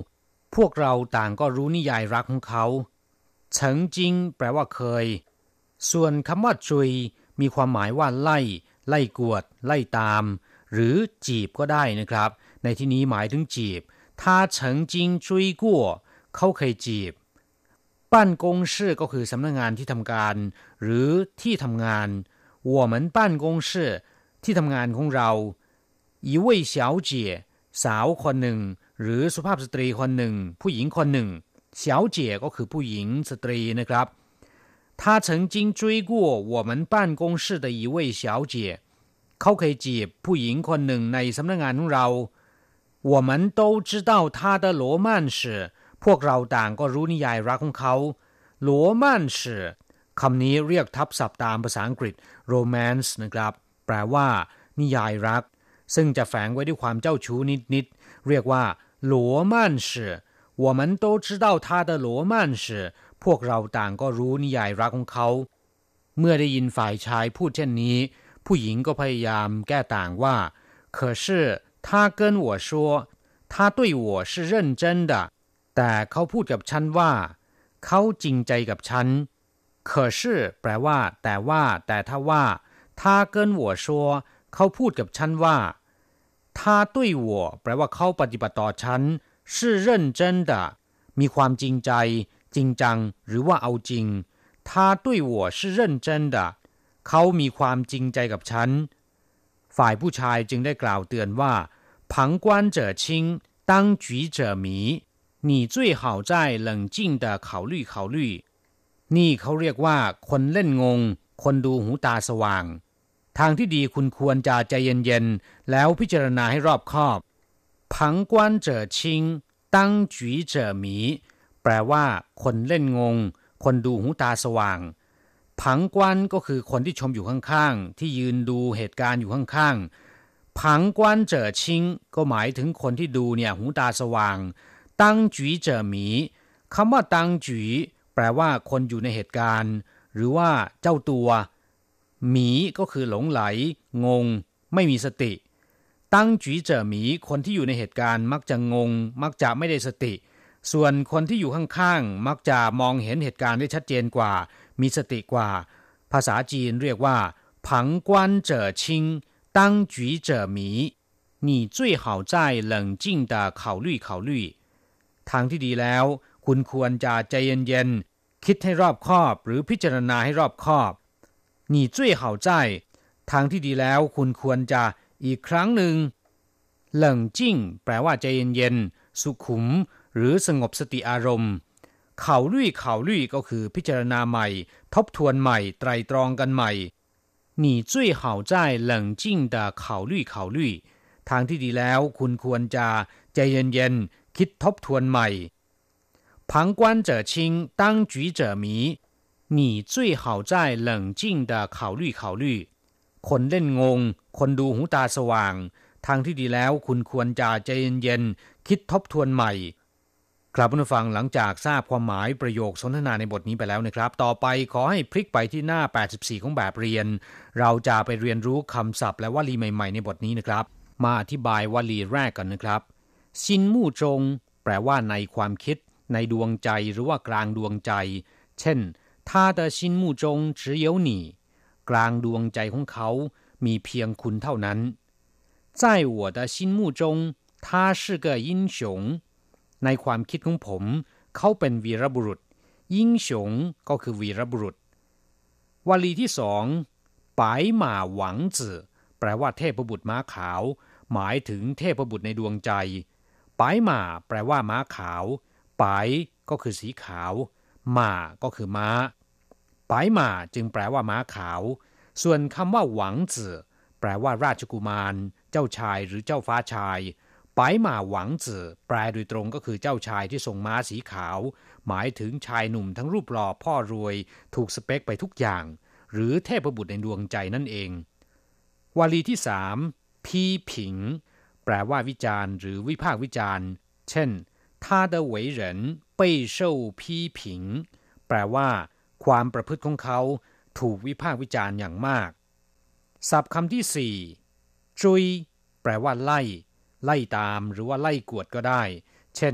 พวกเราต่างก็รู้นิยายรักของเขาเฉิงจิงแปลว่าเคยส่วนคำว่าจุยมีความหมายว่าไล่กวดไล่ตามหรือจีบก็ได้นะครับในที่นี้หมายถึงจีบ他曾经追过เขาเคยจีบบ้านกงชื่อก็คือสำนักงานที่ทำการหรือที่ทำงาน我们办公室ที่ทำงานของเรา一位小姐สาวคนหนึ่งหรือสุภาพสตรีคนหนึ่งผู้หญิงคนหนึ่ง小姐ก็คือผู้หญิงสตรีนะครับ他曾经追过我们办公室的一位小姐เขาเคยจีบผู้หญิงคนหนึ่งในสำนักงานของเรา我们都知道他的罗曼史พวกเราต่างก็รู้นิยายรักของเขา罗曼史คำนี้เรียกทับศัพท์ตามภาษาอังกฤษ romance นะครับแปลว่านิยายรักซึ่งจะแฝงไว้ด้วยความเจ้าชู้นิดๆเรียกว่า罗曼史我们都知道他的罗曼史พวกเราต่างก็รู้นิยายรักของเขาเมื่อได้ยินฝ่ายชายพูดเช่นนี้ผู้หญิงก็พยายามแก้ต่างว่า可是他跟我说他对我是认真的แต่เขาพูดกับฉันว่าเขาจริงใจกับฉัน可是แปลว่าแต่ถ้าว่า他跟我说เขาพูดกับฉันว่า他对我แปลว่าเขาปฏิบัติต่อฉัน是认真的มีความจริงใจจริงจังหรือว่าเอาจริง他对我是认真的เขามีความจริงใจกับฉันฝ่ายผู้ชายจึงได้กล่าวเตือนว่า旁观者清当局者迷你最好再冷静地考虑考虑นี่เขาเรียกว่าคนเล่นงงคนดูหูตาสว่างทางที่ดีคุณควรจะใจเย็นๆแล้วพิจารณาให้รอบคอบ旁观者清当局者迷แปลว่าคนเล่นงงคนดูหูตาสว่างผังกวนก็คือคนที่ชมอยู่ข้างๆที่ยืนดูเหตุการณ์อยู่ข้างๆผังกวนเจ๋อชิงก็หมายถึงคนที่ดูเนี่ยหูตาสว่างตั้งจุ๋ยเจ๋อหมีคำว่าตั้งจุ๋ยแปลว่าคนอยู่ในเหตุการณ์หรือว่าเจ้าตัวหมีก็คือหลงไหลงงไม่มีสติตั้งจุ๋ยเจ๋อหมีคนที่อยู่ในเหตุการณ์มักจะงงมักจะไม่ได้สติส่วนคนที่อยู่ข้างๆมักจะมองเห็นเหตุการณ์ได้ชัดเจนกว่ามีสติกว่าภาษาจีนเรียกว่า旁观者清当局者迷你最好再冷静地考虑考虑ทางที่ดีแล้วคุณควรจะใจเย็นๆคิดให้รอบคอบหรือพิจารณาให้รอบคอบ你最好在ทางที่ดีแล้วคุณควรจะอีกครั้งหนึ่ง冷静แปลว่าใจเย็นๆสุขุมหรือสงบสติอารมณ์ข่าวลุ่ยก็คือพิจารณาใหม่ทบทวนใหม่ไตรตรองกันใหม่你最好在冷静地考虑考虑ทางที่ดีแล้วคุณควรจะใจเย็นๆคิดทบทวนใหม่旁观者清当局者迷你最好在冷静地考虑考虑คนเล่นงงคนดูหูตาสว่างทางที่ดีแล้วคุณควรจะใจเย็นๆคิดทบทวนใหม่ครับผู้ฟังหลังจากทราบความหมายประโยคสนทนาในบทนี้ไปแล้วนะครับต่อไปขอให้พลิกไปที่หน้า84ของแบบเรียนเราจะไปเรียนรู้คำศัพท์และวลีใหม่ๆในบทนี้นะครับมาอธิบายวลีแรกกันนะครับซินมู่จงแปลว่าในความคิดในดวงใจหรือว่ากลางดวงใจเช่น他的心目中只有你กลางดวงใจของเขามีเพียงคุณเท่านั้น在我的心目中他是个英雄ในความคิดของผมเขาเป็นวีรบุรุษยิ่งฉงก็คือวีรบุรุษวลีที่สองปายหม่าหวังจื่อแปลว่าเทพบุตรม้าขาวหมายถึงเทพบุตรในดวงใจปายหม่าแปลว่าม้าขาวปายก็คือสีขาวหม่าก็คือม้าปายหม่าจึงแปลว่าม้าขาวส่วนคำว่าหวังจื่อแปลว่าราชกุมารเจ้าชายหรือเจ้าฟ้าชายปายหม่าหวังจื่อแปลโดยตรงก็คือเจ้าชายที่ทรงม้าสีขาวหมายถึงชายหนุ่มทั้งรูปหล่อพ่อรวยถูกสเปคไปทุกอย่างหรือเทพบุตรในดวงใจนั่นเองวลีที่สามพีผิงแปลว่าวิจารณ์หรือวิพากษ์วิจารณ์เช่น他的为人备受批评แปลว่าความประพฤติของเขาถูกวิพากษ์วิจารณ์อย่างมากศัพท์คำที่สี่จุยแปลว่าไล่ตามหรือว่าไล่กวดก็ได้เช่น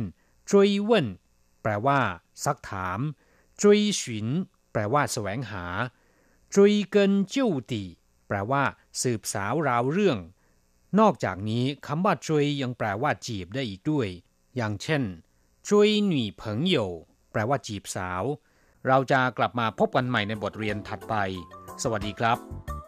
追问แปลว่าซักถาม追寻แปลว่าแสวงหา追根究底แปลว่าสืบสาวราวเรื่องนอกจากนี้คำว่า追ยังแปลว่าจีบได้อีกด้วยอย่างเช่น追女朋友แปลว่าจีบสาวเราจะกลับมาพบกันใหม่ในบทเรียนถัดไปสวัสดีครับ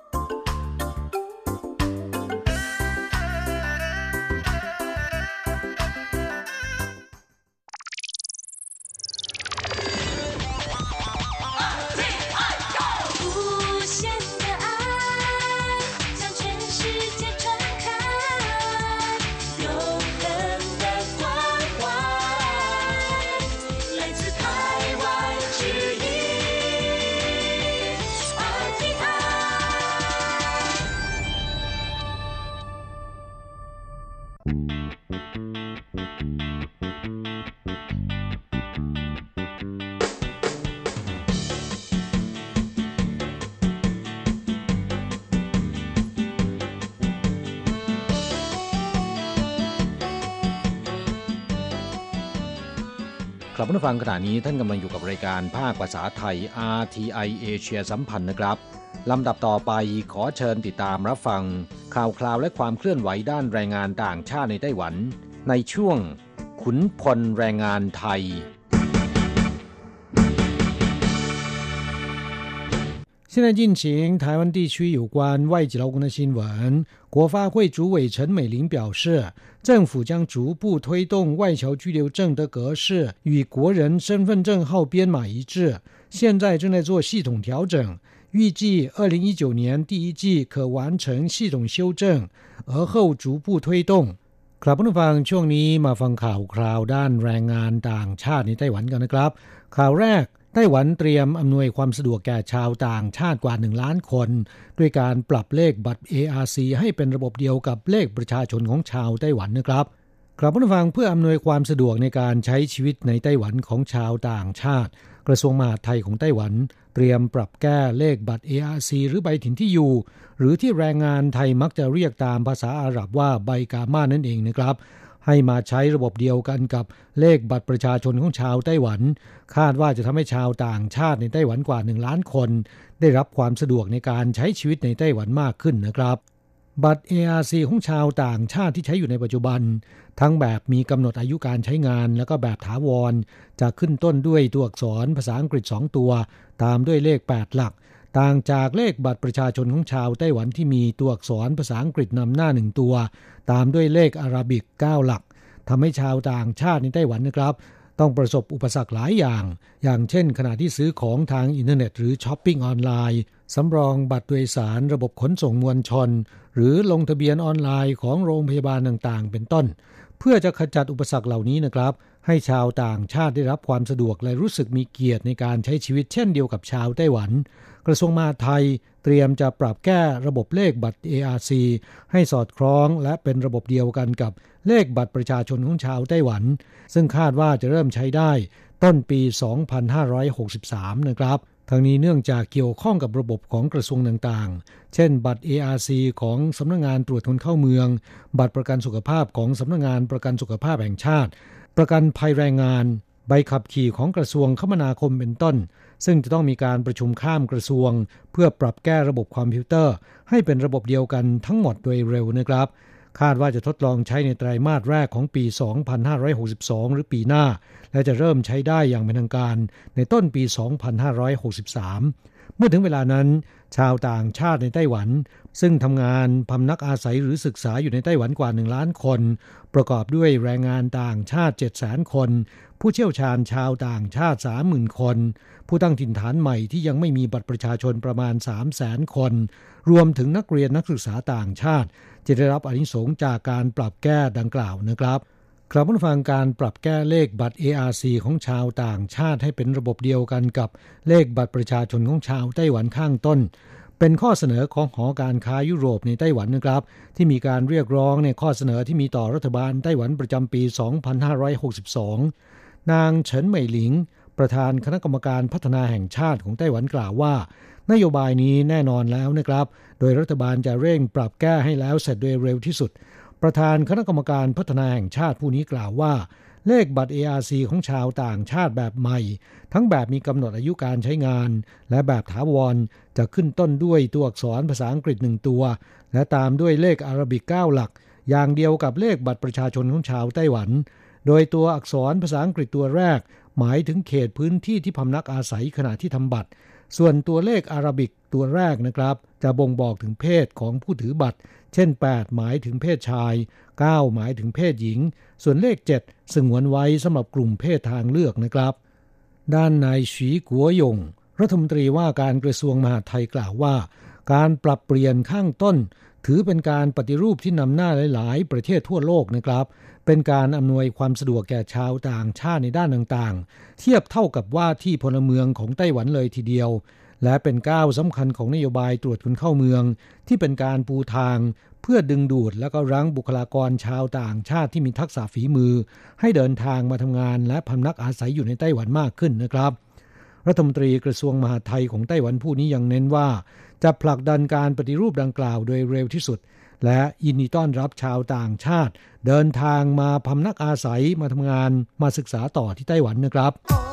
ครับผู้ฟังขณะนี้ท่านกำลังอยู่กับรายการภาคภาษาไทย RTI เอเชียสัมพันธ์นะครับลำดับต่อไปขอเชิญติดตามรับฟังข่าวคราวและความเคลื่อนไหวด้านแรงงานต่างชาติในไต้หวันในช่วงขุนพลแรงงานไทย现在进行台湾地区有关外籍劳工的新闻。国发会主委陈美玲表示，政府将逐步推动外侨居留证的格式与国人身份证号编码一致，现在正在做系统调整，预计2019年第一季可完成系统修正，而后逐步推动。ครับผู้ฟังช่วงนี้มาฟังข่าวคราวด้านแรงงานต่างชาติในไต้หวันกันนะครับข่าวแรกไต้หวันเตรียมอำนวยความสะดวกแก่ชาวต่างชาติกว่า1ล้านคนด้วยการปรับเลขบัตร ARC ให้เป็นระบบเดียวกับเลขประชาชนของชาวไต้หวันนะครับครับผู้ฟังเพื่ออำนวยความสะดวกในการใช้ชีวิตในไต้หวันของชาวต่างชาติกระทรวงมหาดไทยของไต้หวันเตรียมปรับแก้เลขบัตร ARC หรือใบถิ่นที่อยู่หรือที่แรงงานไทยมักจะเรียกตามภาษาอาหรับว่าใบกาม่านั่นเองนะครับให้มาใช้ระบบเดียวกันกับเลขบัตรประชาชนของชาวไต้หวันคาดว่าจะทำให้ชาวต่างชาติในไต้หวันกว่า1ล้านคนได้รับความสะดวกในการใช้ชีวิตในไต้หวันมากขึ้นนะครับบัตร ARC ของชาวต่างชาติที่ใช้อยู่ในปัจจุบันทั้งแบบมีกำหนดอายุการใช้งานแล้วก็แบบถาวรจะขึ้นต้นด้วยตัวอักษรภาษาอังกฤษ2ตัวตามด้วยเลข8หลักต่างจากเลขบัตรประชาชนของชาวไต้หวันที่มีตัวอักษรภาษาอังกฤษนำหน้า1ตัวตามด้วยเลขอาราบิก9หลักทำให้ชาวต่างชาติในไต้หวันนะครับต้องประสบอุปสรรคหลายอย่างเช่นขณะที่ซื้อของทางอินเทอร์เน็ตหรือช้อปปิ้งออนไลน์สำรองบัตรโดยสารระบบขนส่งมวลชนหรือลงทะเบียนออนไลน์ของโรงพยาบาลต่างๆเป็นต้นเพื่อจะขจัดอุปสรรคเหล่านี้นะครับให้ชาวต่างชาติได้รับความสะดวกและรู้สึกมีเกียรติในการใช้ชีวิตเช่นเดียวกับชาวไต้หวันกระทรวงมหาดไทยเตรียมจะปรับแก้ระบบเลขบัตร ARC ให้สอดคล้องและเป็นระบบเดียวกันกับเลขบัตรประชาชนของชาวไต้หวันซึ่งคาดว่าจะเริ่มใช้ได้ต้นปี 2563 นะครับทั้งนี้เนื่องจากเกี่ยวข้องกับระบบของกระทรวงต่างๆเช่นบัตร ARC ของสำนักงานตรวจคนเข้าเมืองบัตรประกันสุขภาพของสำนักงานประกันสุขภาพแห่งชาติประกันภัยแรงงานใบขับขี่ของกระทรวงคมนาคมเป็นต้นซึ่งจะต้องมีการประชุมข้ามกระทรวงเพื่อปรับแก้ระบบคอมพิวเตอร์ให้เป็นระบบเดียวกันทั้งหมดโดยเร็วนะครับคาดว่าจะทดลองใช้ในไตรมาสแรกของปี 2562 หรือปีหน้าและจะเริ่มใช้ได้อย่างเป็นทางการในต้นปี 2563 เมื่อถึงเวลานั้นชาวต่างชาติในไต้หวันซึ่งทำงานพำนักอาศัยหรือศึกษาอยู่ในไต้หวันกว่า1ล้านคนประกอบด้วยแรงงานต่างชาติ 700,000 คนผู้เชี่ยวชาญชาวต่างชาติ 30,000 คนผู้ตั้งถิ่นฐานใหม่ที่ยังไม่มีบัตรประชาชนประมาณ 300,000 คนรวมถึงนักเรียนนักศึกษาต่างชาติจะได้รับอานิสงส์จากการปรับแก้ดังกล่าวนะครับครับผู้ฟังการปรับแก้เลขบัตร ARC ของชาวต่างชาติให้เป็นระบบเดียวกันกับเลขบัตรประชาชนของชาวไต้หวันข้างต้นเป็นข้อเสนอของหอการค้ายุโรปในไต้หวันนะครับที่มีการเรียกร้องในข้อเสนอที่มีต่อรัฐบาลไต้หวันประจำปี 2562 นางเฉินเหมยหลิงประธานคณะกรรมการพัฒนาแห่งชาติของไต้หวันกล่าวว่านโยบายนี้แน่นอนแล้วนะครับโดยรัฐบาลจะเร่งปรับแก้ให้แล้วเสร็จโดยเร็วที่สุดประธานคณะกรรมการพัฒนาแห่งชาติผู้นี้กล่าวว่าเลขบัตร ARC ของชาวต่างชาติแบบใหม่ทั้งแบบมีกำหนดอายุการใช้งานและแบบถาวรจะขึ้นต้นด้วยตัวอักษรภาษาอังกฤษ1ตัวและตามด้วยเลขอาราบิก9หลักอย่างเดียวกับเลขบัตรประชาชนของชาวไต้หวันโดยตัวอักษรภาษาอังกฤษตัวแรกหมายถึงเขตพื้นที่ที่พำนักอาศัยขณะที่ทำบัตรส่วนตัวเลขอาราบิกตัวแรกนะครับจะบ่งบอกถึงเพศของผู้ถือบัตรเช่น8หมายถึงเพศชาย9หมายถึงเพศหญิงส่วนเลข7สงวนไว้สำหรับกลุ่มเพศทางเลือกนะครับด้านนายฉีกัวหยงรัฐมนตรีว่าการกระทรวงมหาดไทยกล่าวว่าการปรับเปลี่ยนข้างต้นถือเป็นการปฏิรูปที่นำหน้าหลายๆประเทศทั่วโลกนะครับเป็นการอำนวยความสะดวกแก่ชาวต่างชาติในด้านต่างๆเทียบเท่ากับว่าที่พลเมืองของไต้หวันเลยทีเดียวและเป็นก้าวสำคัญของนโยบายตรวจคนเข้าเมืองที่เป็นการปูทางเพื่อดึงดูดและก็รั้งบุคลากรชาวต่างชาติที่มีทักษะฝีมือให้เดินทางมาทำงานและพำนักอาศัยอยู่ในไต้หวันมากขึ้นนะครับรัฐมนตรีกระทรวงมหาดไทยของไต้หวันผู้นี้ยังเน้นว่าจะผลักดันการปฏิรูปดังกล่าวโดยเร็วที่สุดและยินดีต้อนรับชาวต่างชาติเดินทางมาพำนักอาศัยมาทำงานมาศึกษาต่อที่ไต้หวันนะครับ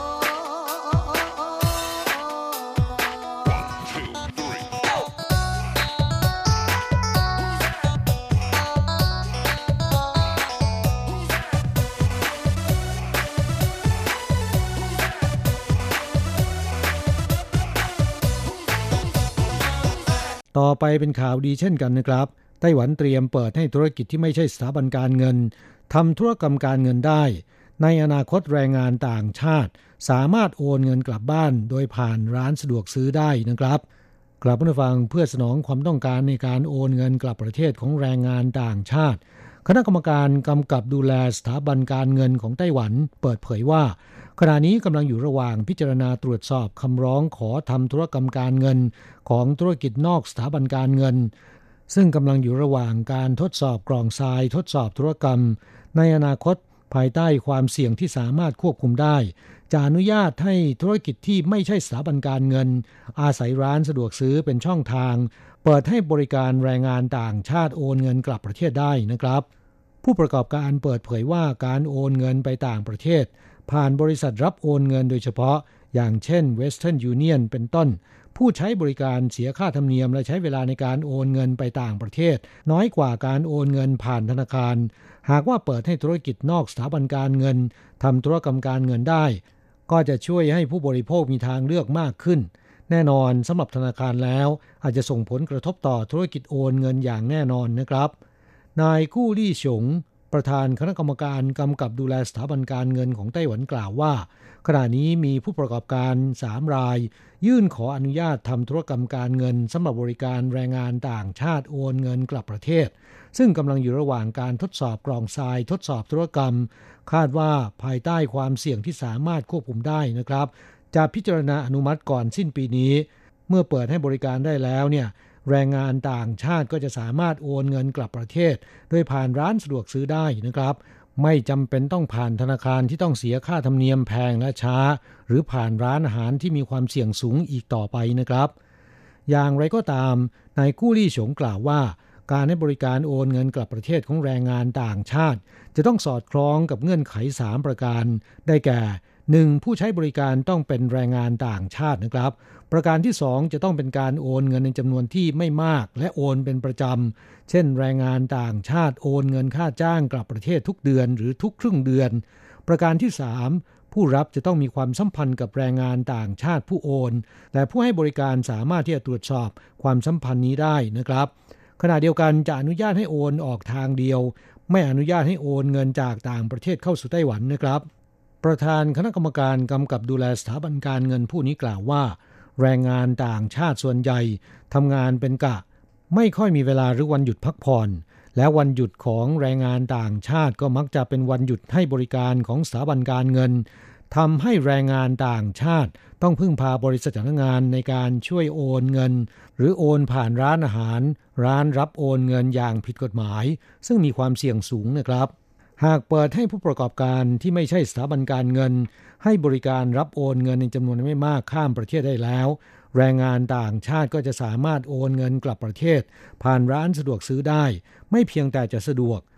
ต่อไปเป็นข่าวดีเช่นกันนะครับไต้หวันเตรียมเปิดให้ธุรกิจที่ไม่ใช่สถาบันการเงินทำธุรกรรมการเงินได้ในอนาคตแรงงานต่างชาติสามารถโอนเงินกลับบ้านโดยผ่านร้านสะดวกซื้อได้นะครับกลับมาฟังเพื่อสนองความต้องการในการโอนเงินกลับประเทศของแรงงานต่างชาติคณะกรรมการกำกับดูแลสถาบันการเงินของไต้หวันเปิดเผยว่าขณะนี้กำลังอยู่ระหว่างพิจารณาตรวจสอบคำร้องขอทำธุรกรรมการเงินของธุรกิจนอกสถาบันการเงินซึ่งกำลังอยู่ระหว่างการทดสอบกล่องทรายทดสอบธุรกรรมในอนาคตภายใต้ความเสี่ยงที่สามารถควบคุมได้จะอนุญาตให้ธุรกิจที่ไม่ใช่สถาบันการเงินอาศัยร้านสะดวกซื้อเป็นช่องทางเปิดให้บริการแรงงานต่างชาติโอนเงินกลับประเทศได้นะครับผู้ประกอบการเปิดเผยว่าการโอนเงินไปต่างประเทศผ่านบริษัทรับโอนเงินโดยเฉพาะอย่างเช่น Western Union เป็นต้นผู้ใช้บริการเสียค่าธรรมเนียมและใช้เวลาในการโอนเงินไปต่างประเทศน้อยกว่าการโอนเงินผ่านธนาคารหากว่าเปิดให้ธุรกิจนอกสถาบันการเงินทำธุรกรรมการเงินได้ก็จะช่วยให้ผู้บริโภคมีทางเลือกมากขึ้นแน่นอนสำหรับธนาคารแล้วอาจจะส่งผลกระทบต่อธุรกิจโอนเงินอย่างแน่นอนนะครับนายกู้ลี่ฉงประธานคณะกรรมการกำกับดูแลสถาบันการเงินของไต้หวันกล่าวว่าขณะนี้มีผู้ประกอบการ3รายยื่นขออนุญาตทำธุรกรรมการเงินสำหรับบริการแรงงานต่างชาติโอนเงินกลับประเทศซึ่งกำลังอยู่ระหว่างการทดสอบกล่องทรายทดสอบธุรกรรมคาดว่าภายใต้ความเสี่ยงที่สามารถควบคุมได้นะครับจะพิจารณาอนุมัติก่อนสิ้นปีนี้เมื่อเปิดให้บริการได้แล้วเนี่ยแรงงานต่างชาติก็จะสามารถโอนเงินกลับประเทศโดยผ่านร้านสะดวกซื้อได้นะครับไม่จำเป็นต้องผ่านธนาคารที่ต้องเสียค่าธรรมเนียมแพงและช้าหรือผ่านร้านอาหารที่มีความเสี่ยงสูงอีกต่อไปนะครับอย่างไรก็ตามนายกู้ลี่ฉงกล่าวว่าการให้บริการโอนเงินกลับประเทศของแรงงานต่างชาติจะต้องสอดคล้องกับเงื่อนไข3ประการได้แก่ 1. ผู้ใช้บริการต้องเป็นแรงงานต่างชาตินะครับประการที่2จะต้องเป็นการโอนเงินในจำนวนที่ไม่มากและโอนเป็นประจำเช่นแรงงานต่างชาติโอนเงินค่าจ้างกลับประเทศทุกเดือนหรือทุกครึ่งเดือนประการที่3ผู้รับจะต้องมีความสัมพันธ์กับแรงงานต่างชาติผู้โอนและผู้ให้บริการสามารถที่จะตรวจสอบความสัมพันธ์นี้ได้นะครับขณะเดียวกันจะอนุญาตให้โอนออกทางเดียวไม่อนุญาตให้โอนเงินจากต่างประเทศเข้าสู่ไต้หวันนะครับประธานคณะกรรมการกำกับดูแลสถาบันการเงินผู้นี้กล่าวว่าแรงงานต่างชาติส่วนใหญ่ทำงานเป็นกะไม่ค่อยมีเวลาหรือวันหยุดพักผ่อนและวันหยุดของแรงงานต่างชาติก็มักจะเป็นวันหยุดให้บริการของสถาบันการเงินทำให้แรงงานต่างชาติต้องพึ่งพาบริษัทจ้างงานในการช่วยโอนเงินหรือโอนผ่านร้านอาหารร้านรับโอนเงินอย่างผิดกฎหมายซึ่งมีความเสี่ยงสูงนะครับหากเปิดให้ผู้ประกอบการที่ไม่ใช่สถาบันการเงินให้บริการรับโอนเงินในจำนวนไม่มากข้ามประเทศได้แล้วแรงงานต่างชาติก็จะสามารถโอนเงินกลับประเทศผ่านร้านสะดวกซื้อได้ไม่เพียงแต่จะสะดวก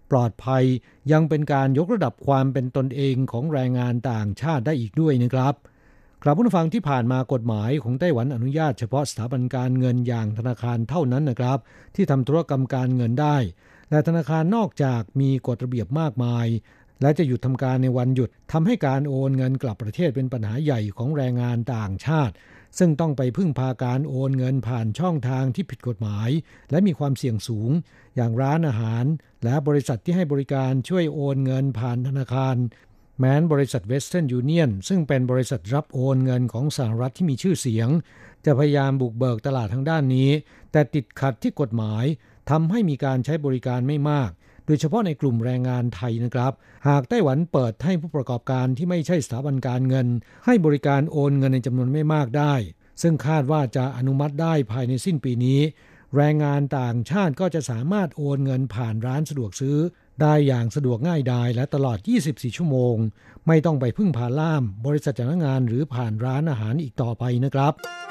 ปลอดภัยยังเป็นการยกระดับความเป็นตนเองของแรงงานต่างชาติได้อีกด้วยนะครับครับผู้ฟังที่ผ่านมากฎหมายของไต้หวันอนุญาตเฉพาะสถาบันการเงินอย่างธนาคารเท่านั้นนะครับที่ทำธุรกรรมการเงินได้และธนาคารนอกจากมีกฎระเบียบมากมายและจะหยุดทำการในวันหยุดทำให้การโอนเงินกลับประเทศเป็นปัญหาใหญ่ของแรงงานต่างชาติซึ่งต้องไปพึ่งพาการโอนเงินผ่านช่องทางที่ผิดกฎหมายและมีความเสี่ยงสูงอย่างร้านอาหารและบริษัทที่ให้บริการช่วยโอนเงินผ่านธนาคารแม้นบริษัท Western Union ซึ่งเป็นบริษัทรับโอนเงินของสหรัฐที่มีชื่อเสียงจะพยายามบุกเบิกตลาดทางด้านนี้แต่ติดขัดที่กฎหมายทำให้มีการใช้บริการไม่มากโดยเฉพาะในกลุ่มแรงงานไทยนะครับหากไต้หวันเปิดให้ผู้ประกอบการที่ไม่ใช่สถาบันการเงินให้บริการโอนเงินในจำนวนไม่มากได้ซึ่งคาดว่าจะอนุมัติได้ภายในสิ้นปีนี้แรงงานต่างชาติก็จะสามารถโอนเงินผ่านร้านสะดวกซื้อได้อย่างสะดวกง่ายดายและตลอด24ชั่วโมงไม่ต้องไปพึ่งพาล่ามบริษัทจ้างงานหรือผ่านร้านอาหารอีกต่อไปนะครับ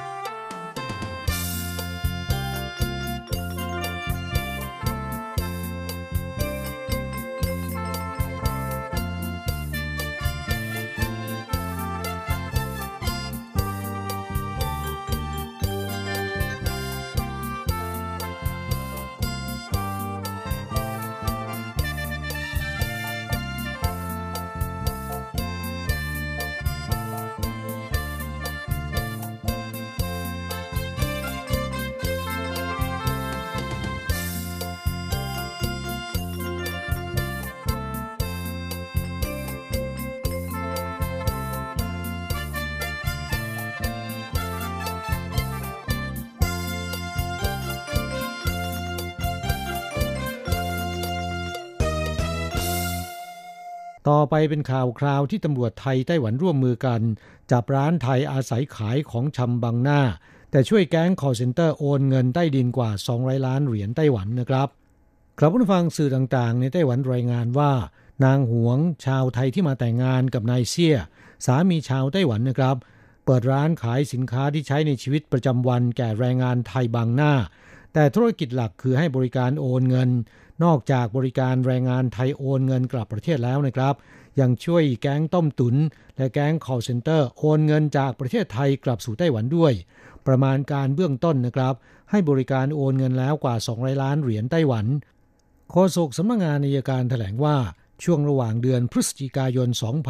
ต่อไปเป็นข่าวคราวที่ตำรวจไทยไต้หวันร่วมมือกันจับร้านไทยอาศัยขายของชำบังหน้าแต่ช่วยแก๊ง call center โอนเงินใต้ดินกว่า200ล้านเหรียญไต้หวันนะครับครับผู้ฟังสื่อต่างๆในไต้หวันรายงานว่านางหวงชาวไทยที่มาแต่งงานกับนายเซี่ยสามีชาวไต้หวันนะครับเปิดร้านขายสินค้าที่ใช้ในชีวิตประจำวันแก่แรงงานไทยบางหน้าแต่ธุรกิจหลักคือให้บริการโอนเงินนอกจากบริการแรงงานไทยโอนเงินกลับประเทศแล้วนะครับยังช่วยแก๊งต้มตุ๋นและแก๊ง call center โอนเงินจากประเทศไทยกลับสู่ไต้หวันด้วยประมาณการเบื้องต้นนะครับให้บริการโอนเงินแล้วกว่า200ล้านเหรียญไต้หวันโฆษกสำนักงานอัยการแถลงว่าช่วงระหว่างเดือนพฤศจิกายน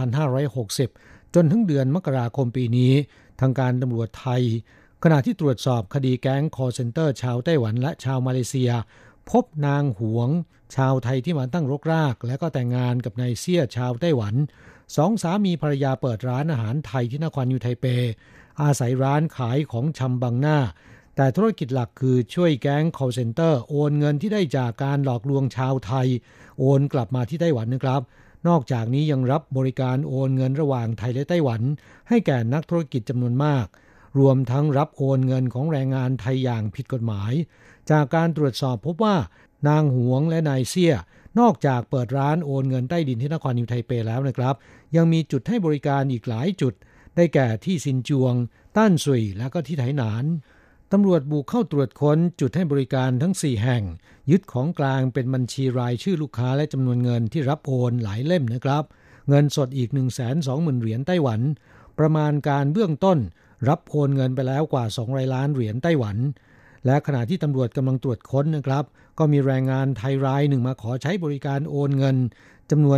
2560 จนถึงเดือนมกราคมปีนี้ทางการตำรวจไทยขณะที่ตรวจสอบคดีแก๊ง call center ชาวไต้หวันและชาวมาเลเซียพบนางหวงชาวไทยที่มาตั้งรกรากและก็แต่งงานกับนายเซี่ยชาวไต้หวันสองสามีภรรยาเปิดร้านอาหารไทยที่นครนิวยอร์กไทเปอาศัยร้านขายของชำบังหน้าแต่ธุรกิจหลักคือช่วยแก๊ง call center โอนเงินที่ได้จากการหลอกลวงชาวไทยโอนกลับมาที่ไต้หวันนะครับนอกจากนี้ยังรับบริการโอนเงินระหว่างไทยและไต้หวันให้แก่นักธุรกิจจำนวนมากรวมทั้งรับโอนเงินของแรงงานไทยอย่างผิดกฎหมายจากการตรวจสอบพบว่านางหวงและนายเซี่ยนอกจากเปิดร้านโอนเงินใต้ดินที่นครนิวยอร์กไทเปแล้วนะครับยังมีจุดให้บริการอีกหลายจุดได้แก่ที่ซินจวงต้านซุยและก็ที่ไถหนานตำรวจบุกเข้าตรวจค้นจุดให้บริการทั้ง4แห่งยึดของกลางเป็นบัญชีรายชื่อลูกค้าและจำนวนเงินที่รับโอนหลายเล่มนะครับเงินสดอีก 120,000 เหรียญไต้หวันประมาณการเบื้องต้นรับโอนเงินไปแล้วกว่า200ล้านเหรียญไต้หวันและขณะที่ตำรวจกำลังตรวจค้นนะครับก็มีแรงงานไทยรายหนึ่งมาขอใช้บริการโอนเงินจำนวน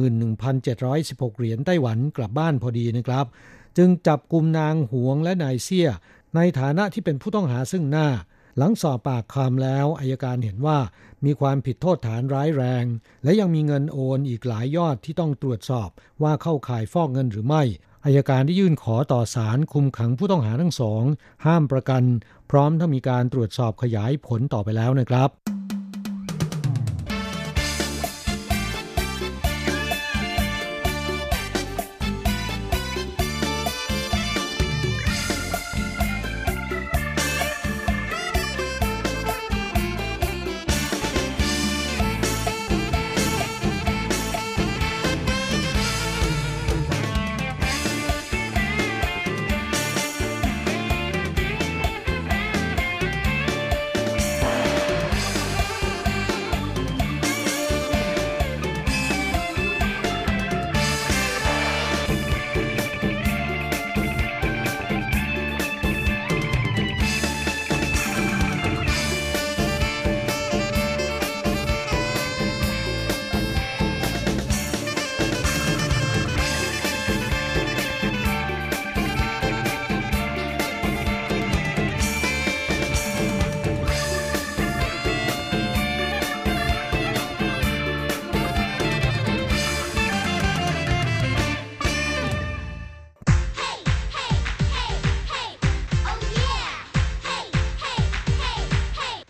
11,716 เหรียญไต้หวันกลับบ้านพอดีนะครับจึงจับกุมนางหวงและนายเซี่ยในฐานะที่เป็นผู้ต้องหาซึ่งหน้าหลังสอบปากคำแล้วอัยการเห็นว่ามีความผิดโทษฐานร้ายแรงและยังมีเงินโอนอีกหลายยอดที่ต้องตรวจสอบว่าเข้าข่ายฟอกเงินหรือไม่อัยการได้ยื่นขอต่อศาลคุมขังผู้ต้องหาทั้งสองห้ามประกันพร้อมทั้งมีการตรวจสอบขยายผลต่อไปแล้วนะครับ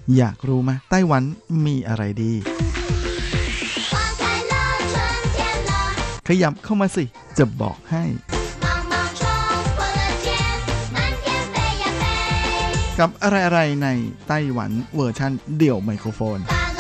อยากรู้ไหมไต้หวันมีอะไรดีขยับเข้ามาสิจะบอกให้กับอะไรๆในไต้หวันเวอร์ชันเดี่ยวไมโครโฟน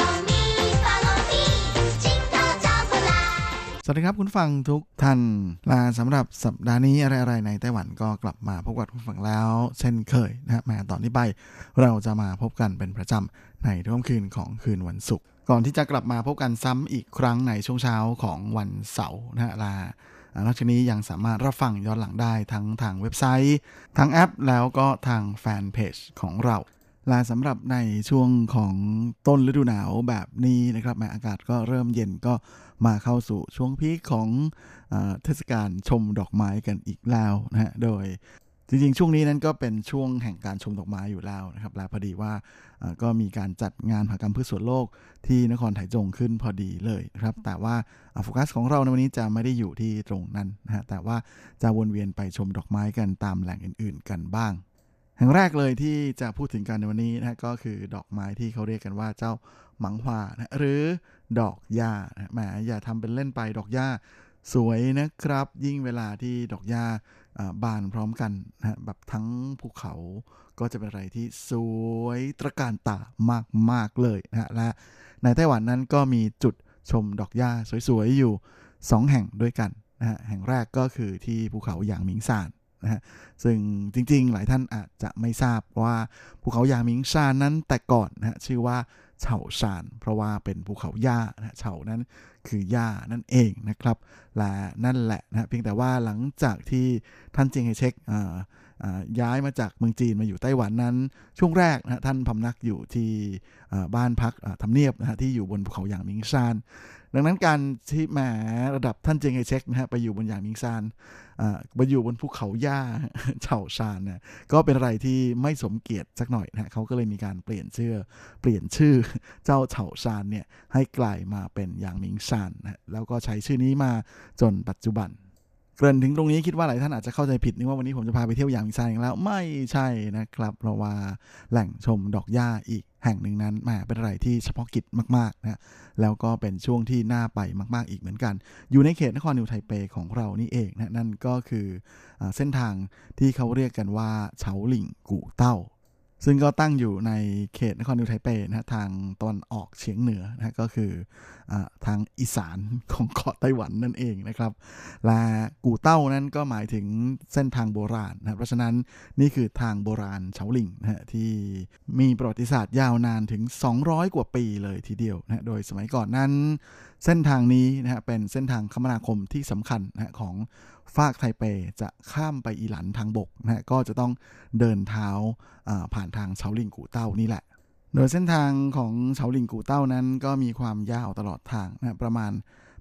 สวัสดีครับคุณฟังทุกท่านและสำหรับสัปดาห์นี้อะไรๆในไต้หวันก็กลับมาพบกับคุณฟังแล้วเช่นเคยนะมาตอนนี้ไปเราจะมาพบกันเป็นประจำในค่ำคืนของคืนวันศุกร์ก่อนที่จะกลับมาพบกันซ้ำอีกครั้งในช่วงเช้าของวันเสาร์นะฮะนอกจากนี้ยังสามารถรับฟังย้อนหลังได้ทั้งทางเว็บไซต์ทางแอปแล้วก็ทางแฟนเพจของเราและสำหรับในช่วงของต้นฤดูหนาวแบบนี้นะครับอากาศก็เริ่มเย็นก็มาเข้าสู่ช่วงพีคของเทศกาลชมดอกไม้กันอีกแล้วนะฮะโดยจริงๆช่วงนี้นั้นก็เป็นช่วงแห่งการชมดอกไม้อยู่แล้วนะครับและพอดีว่าก็มีการจัดงานมหกรรมพืชสวนโลกที่นครไถจงขึ้นพอดีเลยนะครับแต่ว่าโฟกัสของเราในวันนี้จะไม่ได้อยู่ที่ตรงนั้นนะฮะแต่ว่าจะวนเวียนไปชมดอกไม้กันตามแหล่งอื่นๆกันบ้างแห่งแรกเลยที่จะพูดถึงกันในวันนี้นะก็คือดอกไม้ที่เขาเรียกกันว่าเจ้าหมังฮวานะหรือดอกหญ้าแหมอย่าทำเป็นเล่นไปดอกหญ้าสวยนะครับยิ่งเวลาที่ดอกหญ้าบานพร้อมกันนะแบบทั้งภูเขาก็จะเป็นอะไรที่สวยตระการตามากๆเลยนะและในไต้หวันนั้นก็มีจุดชมดอกหญ้าสวยๆอยู่2แห่งด้วยกันนะฮะแห่งแรกก็คือที่ภูเขาหยางหมิงซานนะฮะซึ่งจริงๆหลายท่านอาจจะไม่ทราบว่าภูเขาหยางหมิงซานนั้นแต่ก่อนนะฮะชื่อว่าเฉาซานเพราะว่าเป็นภูเขาหญ้านะเฉานั้นคือหญ้านั่นเองนะครับและนั่นแหละนะเพียงแต่ว่าหลังจากที่ท่านเจียงไคเชกย้ายมาจากเมืองจีนมาอยู่ไต้หวันนั้นช่วงแรกนะท่านพำนักอยู่ที่บ้านพักทำเนียบนะฮะที่อยู่บนภูเขาหยางหมิงซานดังนั้นการที่แหมระดับท่านเจียงไคเชกนะฮะไปอยู่บนหยางหมิงซานไปอยู่บนภูเขาหญ้าเฉาซานเนี่ยก็เป็นอะไรที่ไม่สมเกียรติสักหน่อยนะเขาก็เลยมีการเปลี่ยนชื่อเจ้าเฉาซานเนี่ยให้กลายมาเป็นหยางหมิงซานนะแล้วก็ใช้ชื่อนี้มาจนปัจจุบันเกริ่นถึงตรงนี้คิดว่าหลายท่านอาจจะเข้าใจผิดนึกว่าวันนี้ผมจะพาไปเที่ยวหยางหมิงซานอีกแล้วไม่ใช่นะครับเพราะว่าแหล่งชมดอกหญ้าอีกแห่งหนึ่งนั้นเป็นอะไรที่เฉพาะกิจมากๆนะแล้วก็เป็นช่วงที่น่าไปมากๆอีกเหมือนกันอยู่ในเขตนครนิวไทเปของเรานี่เองนะนั่นก็คือเส้นทางที่เขาเรียกกันว่าเฉาหลิงกู่เต้าซึ่งก็ตั้งอยู่ในเขตนครนิวไทเปนะทางตอนออกเฉียงเหนือนะก็คือทางอีสานของเกาะไต้หวันนั่นเองนะครับและกู่เต้านั้นก็หมายถึงเส้นทางโบราณนะเพราะฉะนั้นนี่คือทางโบราณเฉาหลิงนะที่มีประวัติศาสตร์ยาวนานถึง200กว่าปีเลยทีเดียวนะโดยสมัยก่อนนั้นเส้นทางนี้นะเป็นเส้นทางคมนาคมที่สำคัญนะของฝากไทเปจะข้ามไปอีหลันทางบกนะก็จะต้องเดินเท้าผ่านทางเฉาหลิงกู่เต้านี่แหละโดยเส้นทางของเฉาหลิงกู่เต้านั้นก็มีความยาวตลอดทางนะประมาณ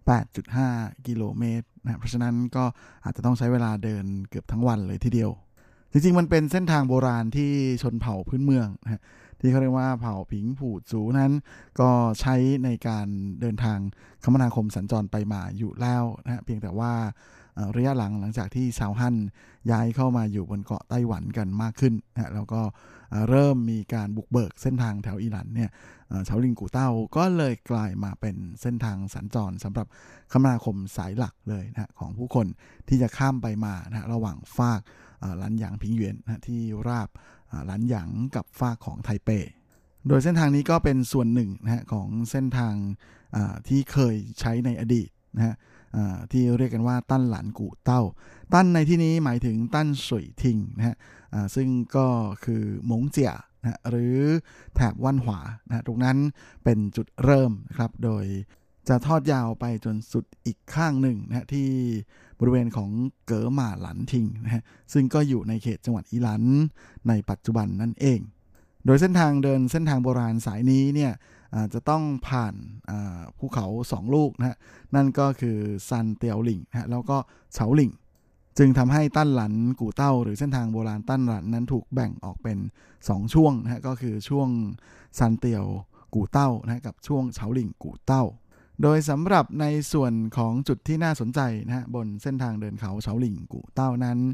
8.5 กิโลเมตรนะเพราะฉะนั้นก็อาจจะต้องใช้เวลาเดินเกือบทั้งวันเลยทีเดียวจริงๆมันเป็นเส้นทางโบราณที่ชนเผ่าพื้นเมืองนะที่เขาเรียกว่าเผ่าผิงผู่จูนั้นก็ใช้ในการเดินทางคมนาคมสัญจรไปมาอยู่แล้วนะเพียงแต่ว่าระยะหลังจากที่ชาวฮั่นย้ายเข้ามาอยู่บนเกาะไต้หวันกันมากขึ้นนะแล้วก็เริ่มมีการบุกเบิกเส้นทางแถวอีหลันเนี่ยเฉาหลิงกู่เต้าก็เลยกลายมาเป็นเส้นทางสัญจรสำหรับคมนาคมสายหลักเลยนะของผู้คนที่จะข้ามไปมานะระหว่างฟากหลันหยางผิงหยวนนะที่ราบหลันหยางกับฟากของไทเปโดยเส้นทางนี้ก็เป็นส่วนหนึ่งนะของเส้นทางที่เคยใช้ในอดีตนะฮะที่เรียกกันว่าตั้นหลันกู่เต้าตั้นในที่นี้หมายถึงตั้นสุยทิงนะฮะซึ่งก็คือหมงเจียนะหรือแถบว่านหวานะตรงนั้นเป็นจุดเริ่มนะครับโดยจะทอดยาวไปจนสุดอีกข้างหนึ่งนะที่บริเวณของเก๋อหม่าหลันทิงนะฮะซึ่งก็อยู่ในเขตจังหวัดอีหลันในปัจจุบันนั่นเองโดยเส้นทางโบราณสายนี้เนี่ยจะต้องผ่านภูเขา2ลูกนะฮะนั่นก็คือซันเตียวหลิงนะแล้วก็เฉาหลิงจึงทำให้ตั้นหลันกู่เต้าหรือเส้นทางโบราณตั้นหลันนั้นถูกแบ่งออกเป็น2ช่วงนะฮะก็คือช่วงซันเตียวกู่เต้านะกับช่วงเฉาหลิงกู่เต้าโดยสำหรับในส่วนของจุดที่น่าสนใจนะฮะบนเส้นทางเดินเขาเฉาหลิงกู่เต้านั้น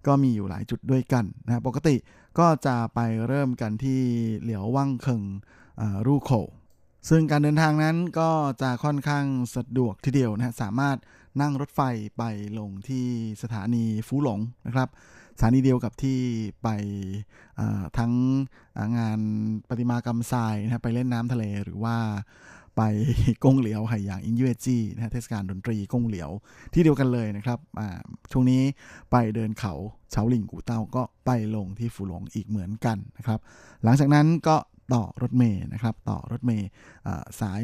ก็มีอยู่หลายจุดด้วยกันนะปกติก็จะไปเริ่มกันที่เหลียวว่างเคิงรู่โขซึ่งการเดินทางนั้นก็จะค่อนข้างสะดวกทีเดียวนะสามารถนั่งรถไฟไปลงที่สถานีฟูหลงนะครับสถานีเดียวกับที่ไปทั้งงานประติมากรรมทรายนะไปเล่นน้ำทะเลหรือว่าไปกงเหลียวไหหยางอินเย่จี้นะเทศกาลดนตรีกงเหลียวที่เดียวกันเลยนะครับช่วงนี้ไปเดินเขาเฉาหลิงกูเต้าก็ไปลงที่ฟูหลงอีกเหมือนกันนะครับหลังจากนั้นก็ต่อรถเมล์นะครับต่อรถเมล์สาย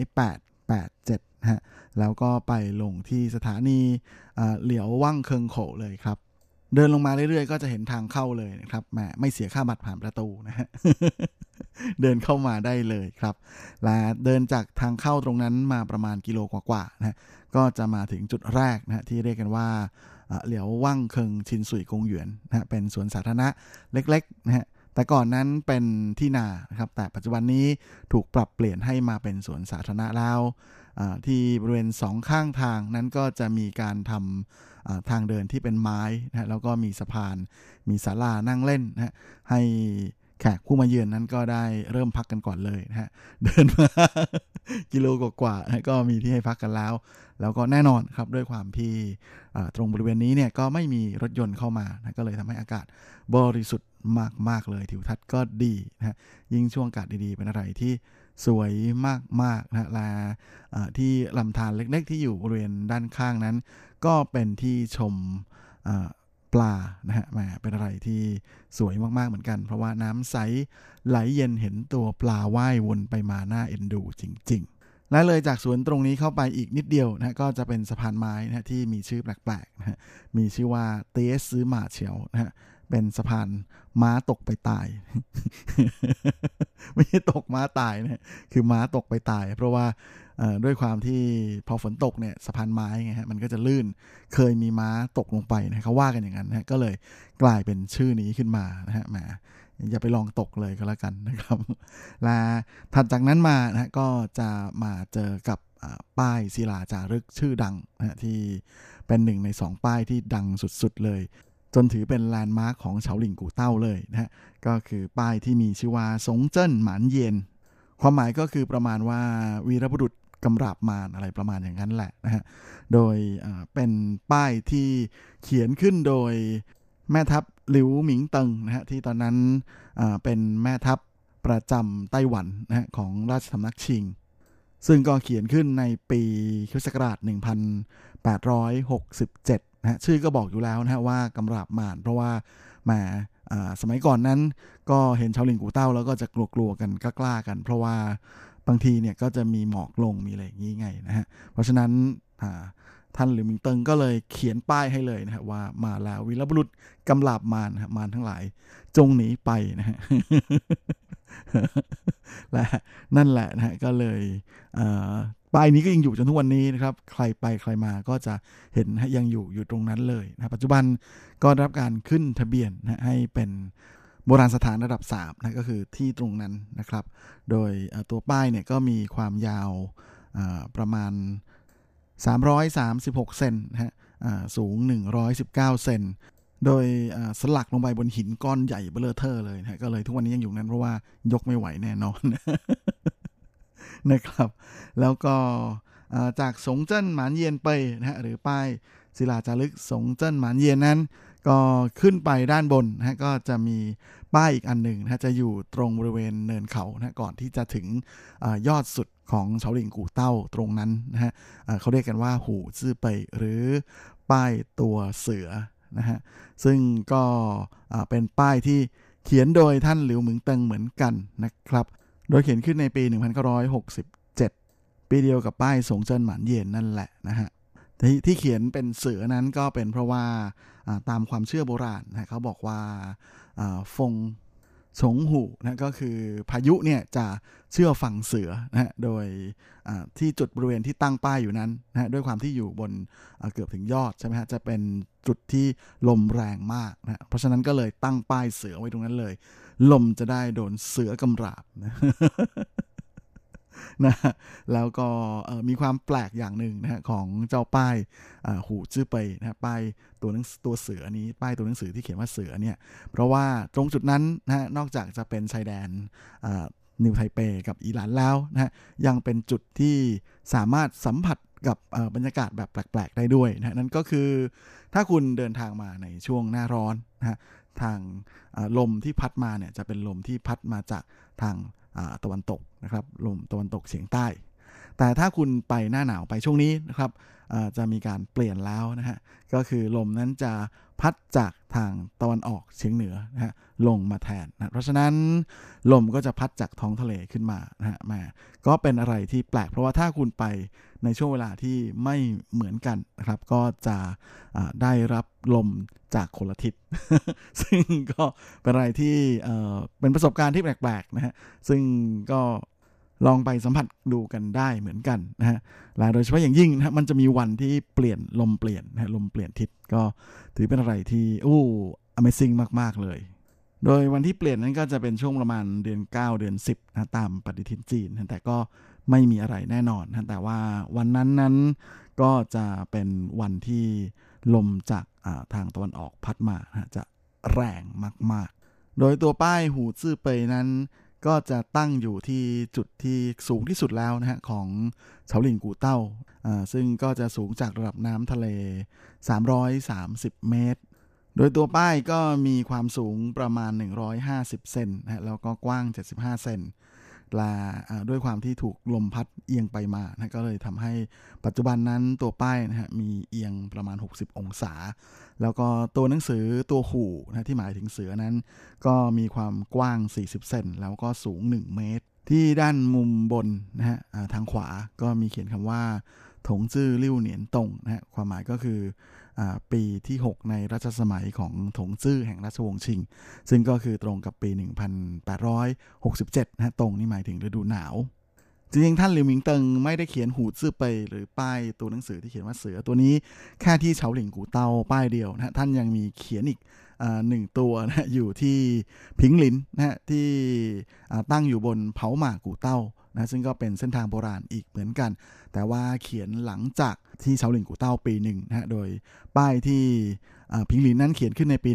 887นะฮะแล้วก็ไปลงที่สถานีเหลียวว่างเคิงโขเลยครับเดินลงมาเรื่อยๆก็จะเห็นทางเข้าเลยนะครับไม่เสียค่าบัตรผ่านประตูนะฮะ เดินเข้ามาได้เลยครับและเดินจากทางเข้าตรงนั้นมาประมาณกิโลกว่าๆนะก็จะมาถึงจุดแรกนะที่เรียกกันว่าเหลียวว่างเคิงชินสุยกงหยวนนะเป็นสวนสาธารณะเล็กๆนะฮะแต่ก่อนนั้นเป็นที่นานะครับแต่ปัจจุบันนี้ถูกปรับเปลี่ยนให้มาเป็นสวนสาธารณะแล้วที่บริเวณ2ข้างทางนั้นก็จะมีการทำทางเดินที่เป็นไม้นะแล้วก็มีสะพานมีศาลานั่งเล่นนะให้แขกผู้มาเยือนนั้นก็ได้เริ่มพักกันก่อนเลยนะฮะเดินมา กิโลกว่าๆก็มีที่ให้พักกันแล้วก็แน่นอนครับด้วยความที่ตรงบริเวณนี้เนี่ยก็ไม่มีรถยนต์เข้ามานะก็เลยทำให้อากาศบริสุทธิ์มากๆเลยทิวทัศน์ก็ดีนะยิ่งช่วงอากาศดีๆเป็นอะไรที่สวยมากๆนะและที่ลำธารเล็กๆที่อยู่บริเวณด้านข้างนั้นก็เป็นที่ชมปลานะฮะเป็นอะไรที่สวยมากๆเหมือนกันเพราะว่าน้ำใสไหลเย็นเห็นตัวปลาว่ายวนไปมาน่าเอ็นดูจริงๆและเลยจากสวนตรงนี้เข้าไปอีกนิดเดียวนะก็จะเป็นสะพานไม้นะที่มีชื่อแปลกๆนะฮะมีชื่อว่าเตี้ยซื้อหมาเฉียวนะฮะเป็นสะพานม้าตกไปตาย ไม่ใช่ตกม้าตายนะคือม้าตกไปตายเพราะว่าด้วยความที่พอฝนตกเนี่ยสะพานไม้ไงฮะมันก็จะลื่นเคยมีม้าตกลงไปนะเขาว่ากันอย่างนั้นนะก็เลยกลายเป็นชื่อนี้ขึ้นมานะฮะอย่าไปลองตกเลยก็แล้วกันนะครับและถัดจากนั้นมานะก็จะมาเจอกับป้ายศิลาจารึกชื่อดังนะที่เป็น1ใน2ป้ายที่ดังสุดๆเลยจนถือเป็นแลนด์มาร์คของเฉาหลิงกูเต้าเลยนะฮะก็คือป้ายที่มีชื่อว่าสงเจิ้นหมานเย็นความหมายก็คือประมาณว่าวีรบุรุษกำราบมารอะไรประมาณอย่างนั้นแหละนะฮะโดยเป็นป้ายที่เขียนขึ้นโดยแม่ทัพหลิวหมิงเติงนะฮะที่ตอนนั้นเป็นแม่ทัพประจำไต้หวันนะฮะของราชสำนักชิงซึ่งก็เขียนขึ้นในปีค.ศ. 1867นะฮะชื่อก็บอกอยู่แล้วนะฮะว่ากำราบมารเพราะว่าสมัยก่อนนั้นก็เห็นเฉาหลิงกูเต้าแล้วก็จะกลัวๆกันกล้าๆกันเพราะว่าบางทีเนี่ยก็จะมีหมอกลงมีอะไรอย่างนี้ไงนะฮะเพราะฉะนั้นท่านหลิวหมิงเติงก็เลยเขียนป้ายให้เลยนะฮะว่ามาแล้ววีรบุรุษกำราบมารนะฮะมารทั้งหลายจงหนีไปนะฮะ และนั่นแหละนะฮะก็เลยป้ายนี้ก็ยังอยู่จนทุกวันนี้นะครับใครไปใครมาก็จะเห็นยังอยู่ตรงนั้นเลยนะปัจจุบันก็ได้รับการขึ้นทะเบียนนะให้เป็นโบราณสถานระดับ3นะก็คือที่ตรงนั้นนะครับโดยตัวป้ายเนี่ยก็มีความยาวประมาณ336เซนนะฮะสูง119เซนโดยสลักลงไปบนหินก้อนใหญ่เบ้อเร่อเลยนะก็เลยทุกวันนี้ยังอยู่นั้นเพราะว่ายกไม่ไหวแน่นอน นะครับแล้วก็จากสงเจิ้นหมานเยียนเปยนะฮะหรือป้ายศิลาจารึกสงเจิ้นหมานเยียนนั้นก็ขึ้นไปด้านบนนะฮะก็จะมีป้ายอีกอันหนึ่งนะจะอยู่ตรงบริเวณเนินเขานะก่อนที่จะถึงยอดสุดของเฉาหลิงกูเต้าตรงนั้นนะฮะเขาเรียกกันว่าหูซื่อเปยหรือป้ายตัวเสือนะฮะซึ่งก็เป็นป้ายที่เขียนโดยท่านหลิวหมิงเติงเหมือนกันนะครับโดยเขียนขึ้นในปี 1967 ปีเดียวกับป้ายสงเจิ้นหมานเย็นนั่นแหละนะฮะที่เขียนเป็นเสือนั้นก็เป็นเพราะว่าตามความเชื่อโบราณนะเขาบอกว่าฟงฉงหูนะก็คือพายุเนี่ยจะเชื่อฟังเสือนะฮะโดยที่จุดบริเวณที่ตั้งป้ายอยู่นั้นนะฮะด้วยความที่อยู่บนเกือบถึงยอดใช่ไหมฮะจะเป็นจุดที่ลมแรงมากนะเพราะฉะนั้นก็เลยตั้งป้ายเสือไว้ตรงนั้นเลยลมจะได้โดนเสือกำราบนะนะแล้วก็มีความแปลกอย่างหนึ่งนะฮะของเจ้าป้ายหูจื้อเปยนะป้ายตัวเสือนี้ป้ายตัวหนังสือที่เขียนว่าเสือเนี่ยเพราะว่าตรงจุดนั้นนะฮะนอกจากจะเป็นชายแดนนิวไทเปกับอิหร่านแล้วนะฮะยังเป็นจุดที่สามารถสัมผัสกับบรรยากาศแบบแปลกๆได้ด้วยนะนั่นก็คือถ้าคุณเดินทางมาในช่วงหน้าร้อนนะฮะทางลมที่พัดมาเนี่ยจะเป็นลมที่พัดมาจากทางตะวันตกนะครับลมตะวันตกเฉียงใต้แต่ถ้าคุณไปหน้าหนาวไปช่วงนี้นะครับจะมีการเปลี่ยนแล้วนะฮะก็คือลมนั้นจะพัดจากทางตะวันออกเฉียงเหนือนะฮะลงมาแทนนะเพราะฉะนั้นลมก็จะพัดจากท้องทะเลขึ้นมานะฮะมาก็เป็นอะไรที่แปลกเพราะว่าถ้าคุณไปในช่วงเวลาที่ไม่เหมือนกันนะครับก็จะได้รับลมจากคนละทิศ ซึ่งก็เป็นอะไรที่เป็นประสบการณ์ที่แปลกๆนะฮะซึ่งก็ลองไปสัมผัสดูกันได้เหมือนกันนะฮะและโดยเฉพาะอย่างยิ่งนะมันจะมีวันที่เปลี่ยนลมเปลี่ยนนะลมเปลี่ยนทิศก็ถือเป็นอะไรที่Amazing มากๆเลยโดยวันที่เปลี่ยนนั้นก็จะเป็นช่วงประมาณเดือน9เดือน10นะตามปฏิทินจีนนะแต่ก็ไม่มีอะไรแน่นอนนะแต่ว่าวันนั้นก็จะเป็นวันที่ลมจากทางตะวันออกพัดมานะจะแรงมากๆโดยตัวป้ายหูจื้อเปยนั้นก็จะตั้งอยู่ที่จุดที่สูงที่สุดแล้วนะฮะของเฉาหลิงกูเต้าซึ่งก็จะสูงจากระดับน้ำทะเล330เมตรโดยตัวป้ายก็มีความสูงประมาณ150เซนนะแล้วก็กว้าง75เซนและด้วยความที่ถูกลมพัดเอียงไปมานะก็เลยทำให้ปัจจุบันนั้นตัวป้ายนะฮะมีเอียงประมาณ60องศาแล้วก็ตัวหนังสือตัวหูนะที่หมายถึงเสือนั้นก็มีความกว้าง40เซนแล้วก็สูง1เมตรที่ด้านมุมบนนะฮะทางขวาก็มีเขียนคำว่าถงจื้อลิ่วเหนียนตงนะฮะความหมายก็คือปีที่6ในรัชสมัยของถงจื้อแห่งราชวงศ์ชิงซึ่งก็คือตรงกับปี1867นะฮะตรงนี่หมายถึงฤดูหนาวจริงๆท่านหลิวหมิงเติงไม่ได้เขียนหูจื้อเปยหรือป้ายตัวหนังสือที่เขียนว่าเสือตัวนี้แค่ที่เฉาหลิงกูเต้าป้ายเดียวนะฮะท่านยังมีเขียนอีก1ตัวนะอยู่ที่พิงหลินนะฮะที่ตั้งอยู่บนเผาหมากูเต้านะซึ่งก็เป็นเส้นทางโบราณอีกเหมือนกันแต่ว่าเขียนหลังจากที่เฉาหลิงกูเต้าปีหนึ่งนะฮะโดยป้ายที่พิงหลินนั้นเขียนขึ้นในปี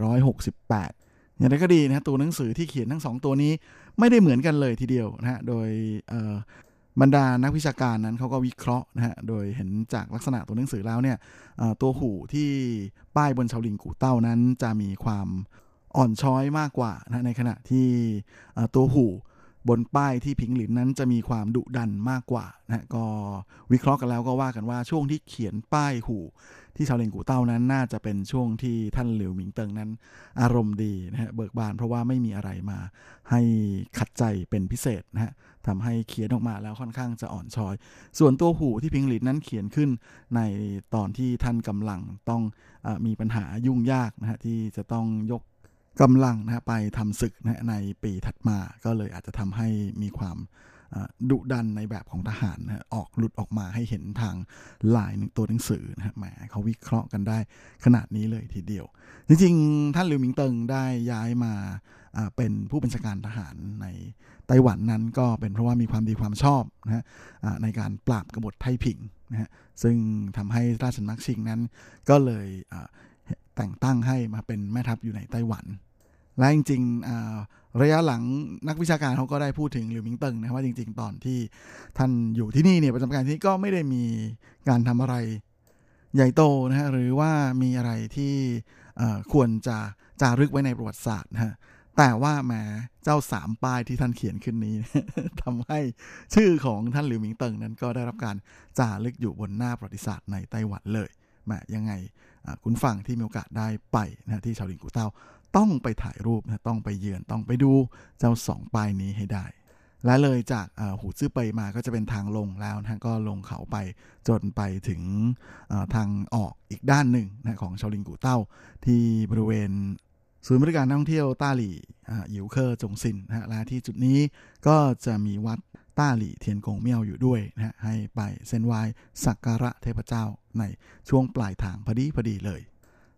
1868อย่างไรก็ดีนะตัวหนังสือที่เขียนทั้ง2ตัวนี้ไม่ได้เหมือนกันเลยทีเดียวนะฮะโดยบรรดานักวิชาการนั้นเขาก็วิเคราะห์นะฮะโดยเห็นจากลักษณะตัวหนังสือแล้วเนี่ยตัวหูที่ป้ายบนเฉาหลิงกูเต้านั้นจะมีความอ่อนช้อยมากกว่านะในขณะที่ตัวหูบนป้ายที่พิงหลินนั้นจะมีความดุดันมากกว่านะก็วิเคราะห์กันแล้วก็ว่ากันว่าช่วงที่เขียนป้ายหูที่เฉาหลิงกูเต้านั้นน่าจะเป็นช่วงที่ท่านหลิวหมิงเติงนั้นอารมณ์ดีนะฮะเบิกบานเพราะว่าไม่มีอะไรมาให้ขัดใจเป็นพิเศษนะฮะทำให้เขียนออกมาแล้วค่อนข้างจะอ่อนช้อยส่วนตัวหูที่พิงหลินนั้นเขียนขึ้นในตอนที่ท่านกำลังต้องมีปัญหายุ่งยากนะฮะที่จะต้องยกกำลังนะไปทำศึกนะในปีถัดมาก็เลยอาจจะทำให้มีความดุดันในแบบของทหารนะหลุดออกมาให้เห็นทางลายตัวหนังสือนะฮะแหมเขาวิเคราะห์กันได้ขนาดนี้เลยทีเดียวจริงๆท่านหลิวหมิงเติงได้ย้ายมาเป็นผู้บัญชาการทหารในไต้หวันนั้นก็เป็นเพราะว่ามีความดีความชอบนะฮะในการปราบกบฏไทผิงนะฮะซึ่งทำให้ราชสำนักชิงนั้นก็เลยแต่งตั้งให้มาเป็นแม่ทัพอยู่ในไต้หวันและจริงๆระยะหลังนักวิชาการเขาก็ได้พูดถึงหลิวหมิงเติงนะว่าจริงๆตอนที่ท่านอยู่ที่นี่เนี่ยประจำการที่ก็ไม่ได้มีการทำอะไรใหญ่โตนะฮะหรือว่ามีอะไรที่ควรจะจารึกไว้ในประวัติศาสตร์นะฮะแต่ว่าแหมเจ้า3ป้ายที่ท่านเขียนขึ้นนี้ ทำให้ชื่อของท่านหลิวหมิงเติงนั้นก็ได้รับการจารึกอยู่บนหน้าประวัติศาสตร์ในไต้หวันเลยแหมยังไงคุณฟังที่มีโอกาสได้ไปนะที่เฉาหลิงกูเต้าต้องไปถ่ายรูปนะต้องไปเยือนต้องไปดูเจ้า2ป้ายนี้ให้ได้และเลยจากหูจื้อเปยมาก็จะเป็นทางลงแล้วนะก็ลงเขาไปจนไปถึงทางออกอีกด้านหนึ่งนะของเฉาหลิงกูเต้าที่บริเวณศูนย์บริการนักท่องเที่ยวต้าหลี่หยิวเคอร์จงซินนะและที่จุดนี้ก็จะมีวัดต้าหลี่เทียนกงเมี่ยวอยู่ด้วยนะให้ไปเส้นไหว้สักการะเทพเจ้าในช่วงปลายทางพอดีเลย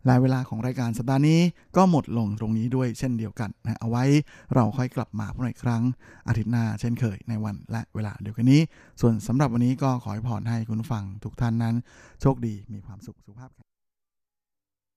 และเวลาของรายการสัปดาห์นี้ก็หมดลงตรงนี้ด้วยเช่นเดียวกันนะเอาไว้เราค่อยกลับมาพบกันอีกครั้งอาทิตย์หน้าเช่นเคยในวันและเวลาเดียวกันนี้ส่วนสำหรับวันนี้ก็ขอให้พรให้คุณผู้ฟังทุกท่านนั้นโชคดีมีความสุขสุขภาพ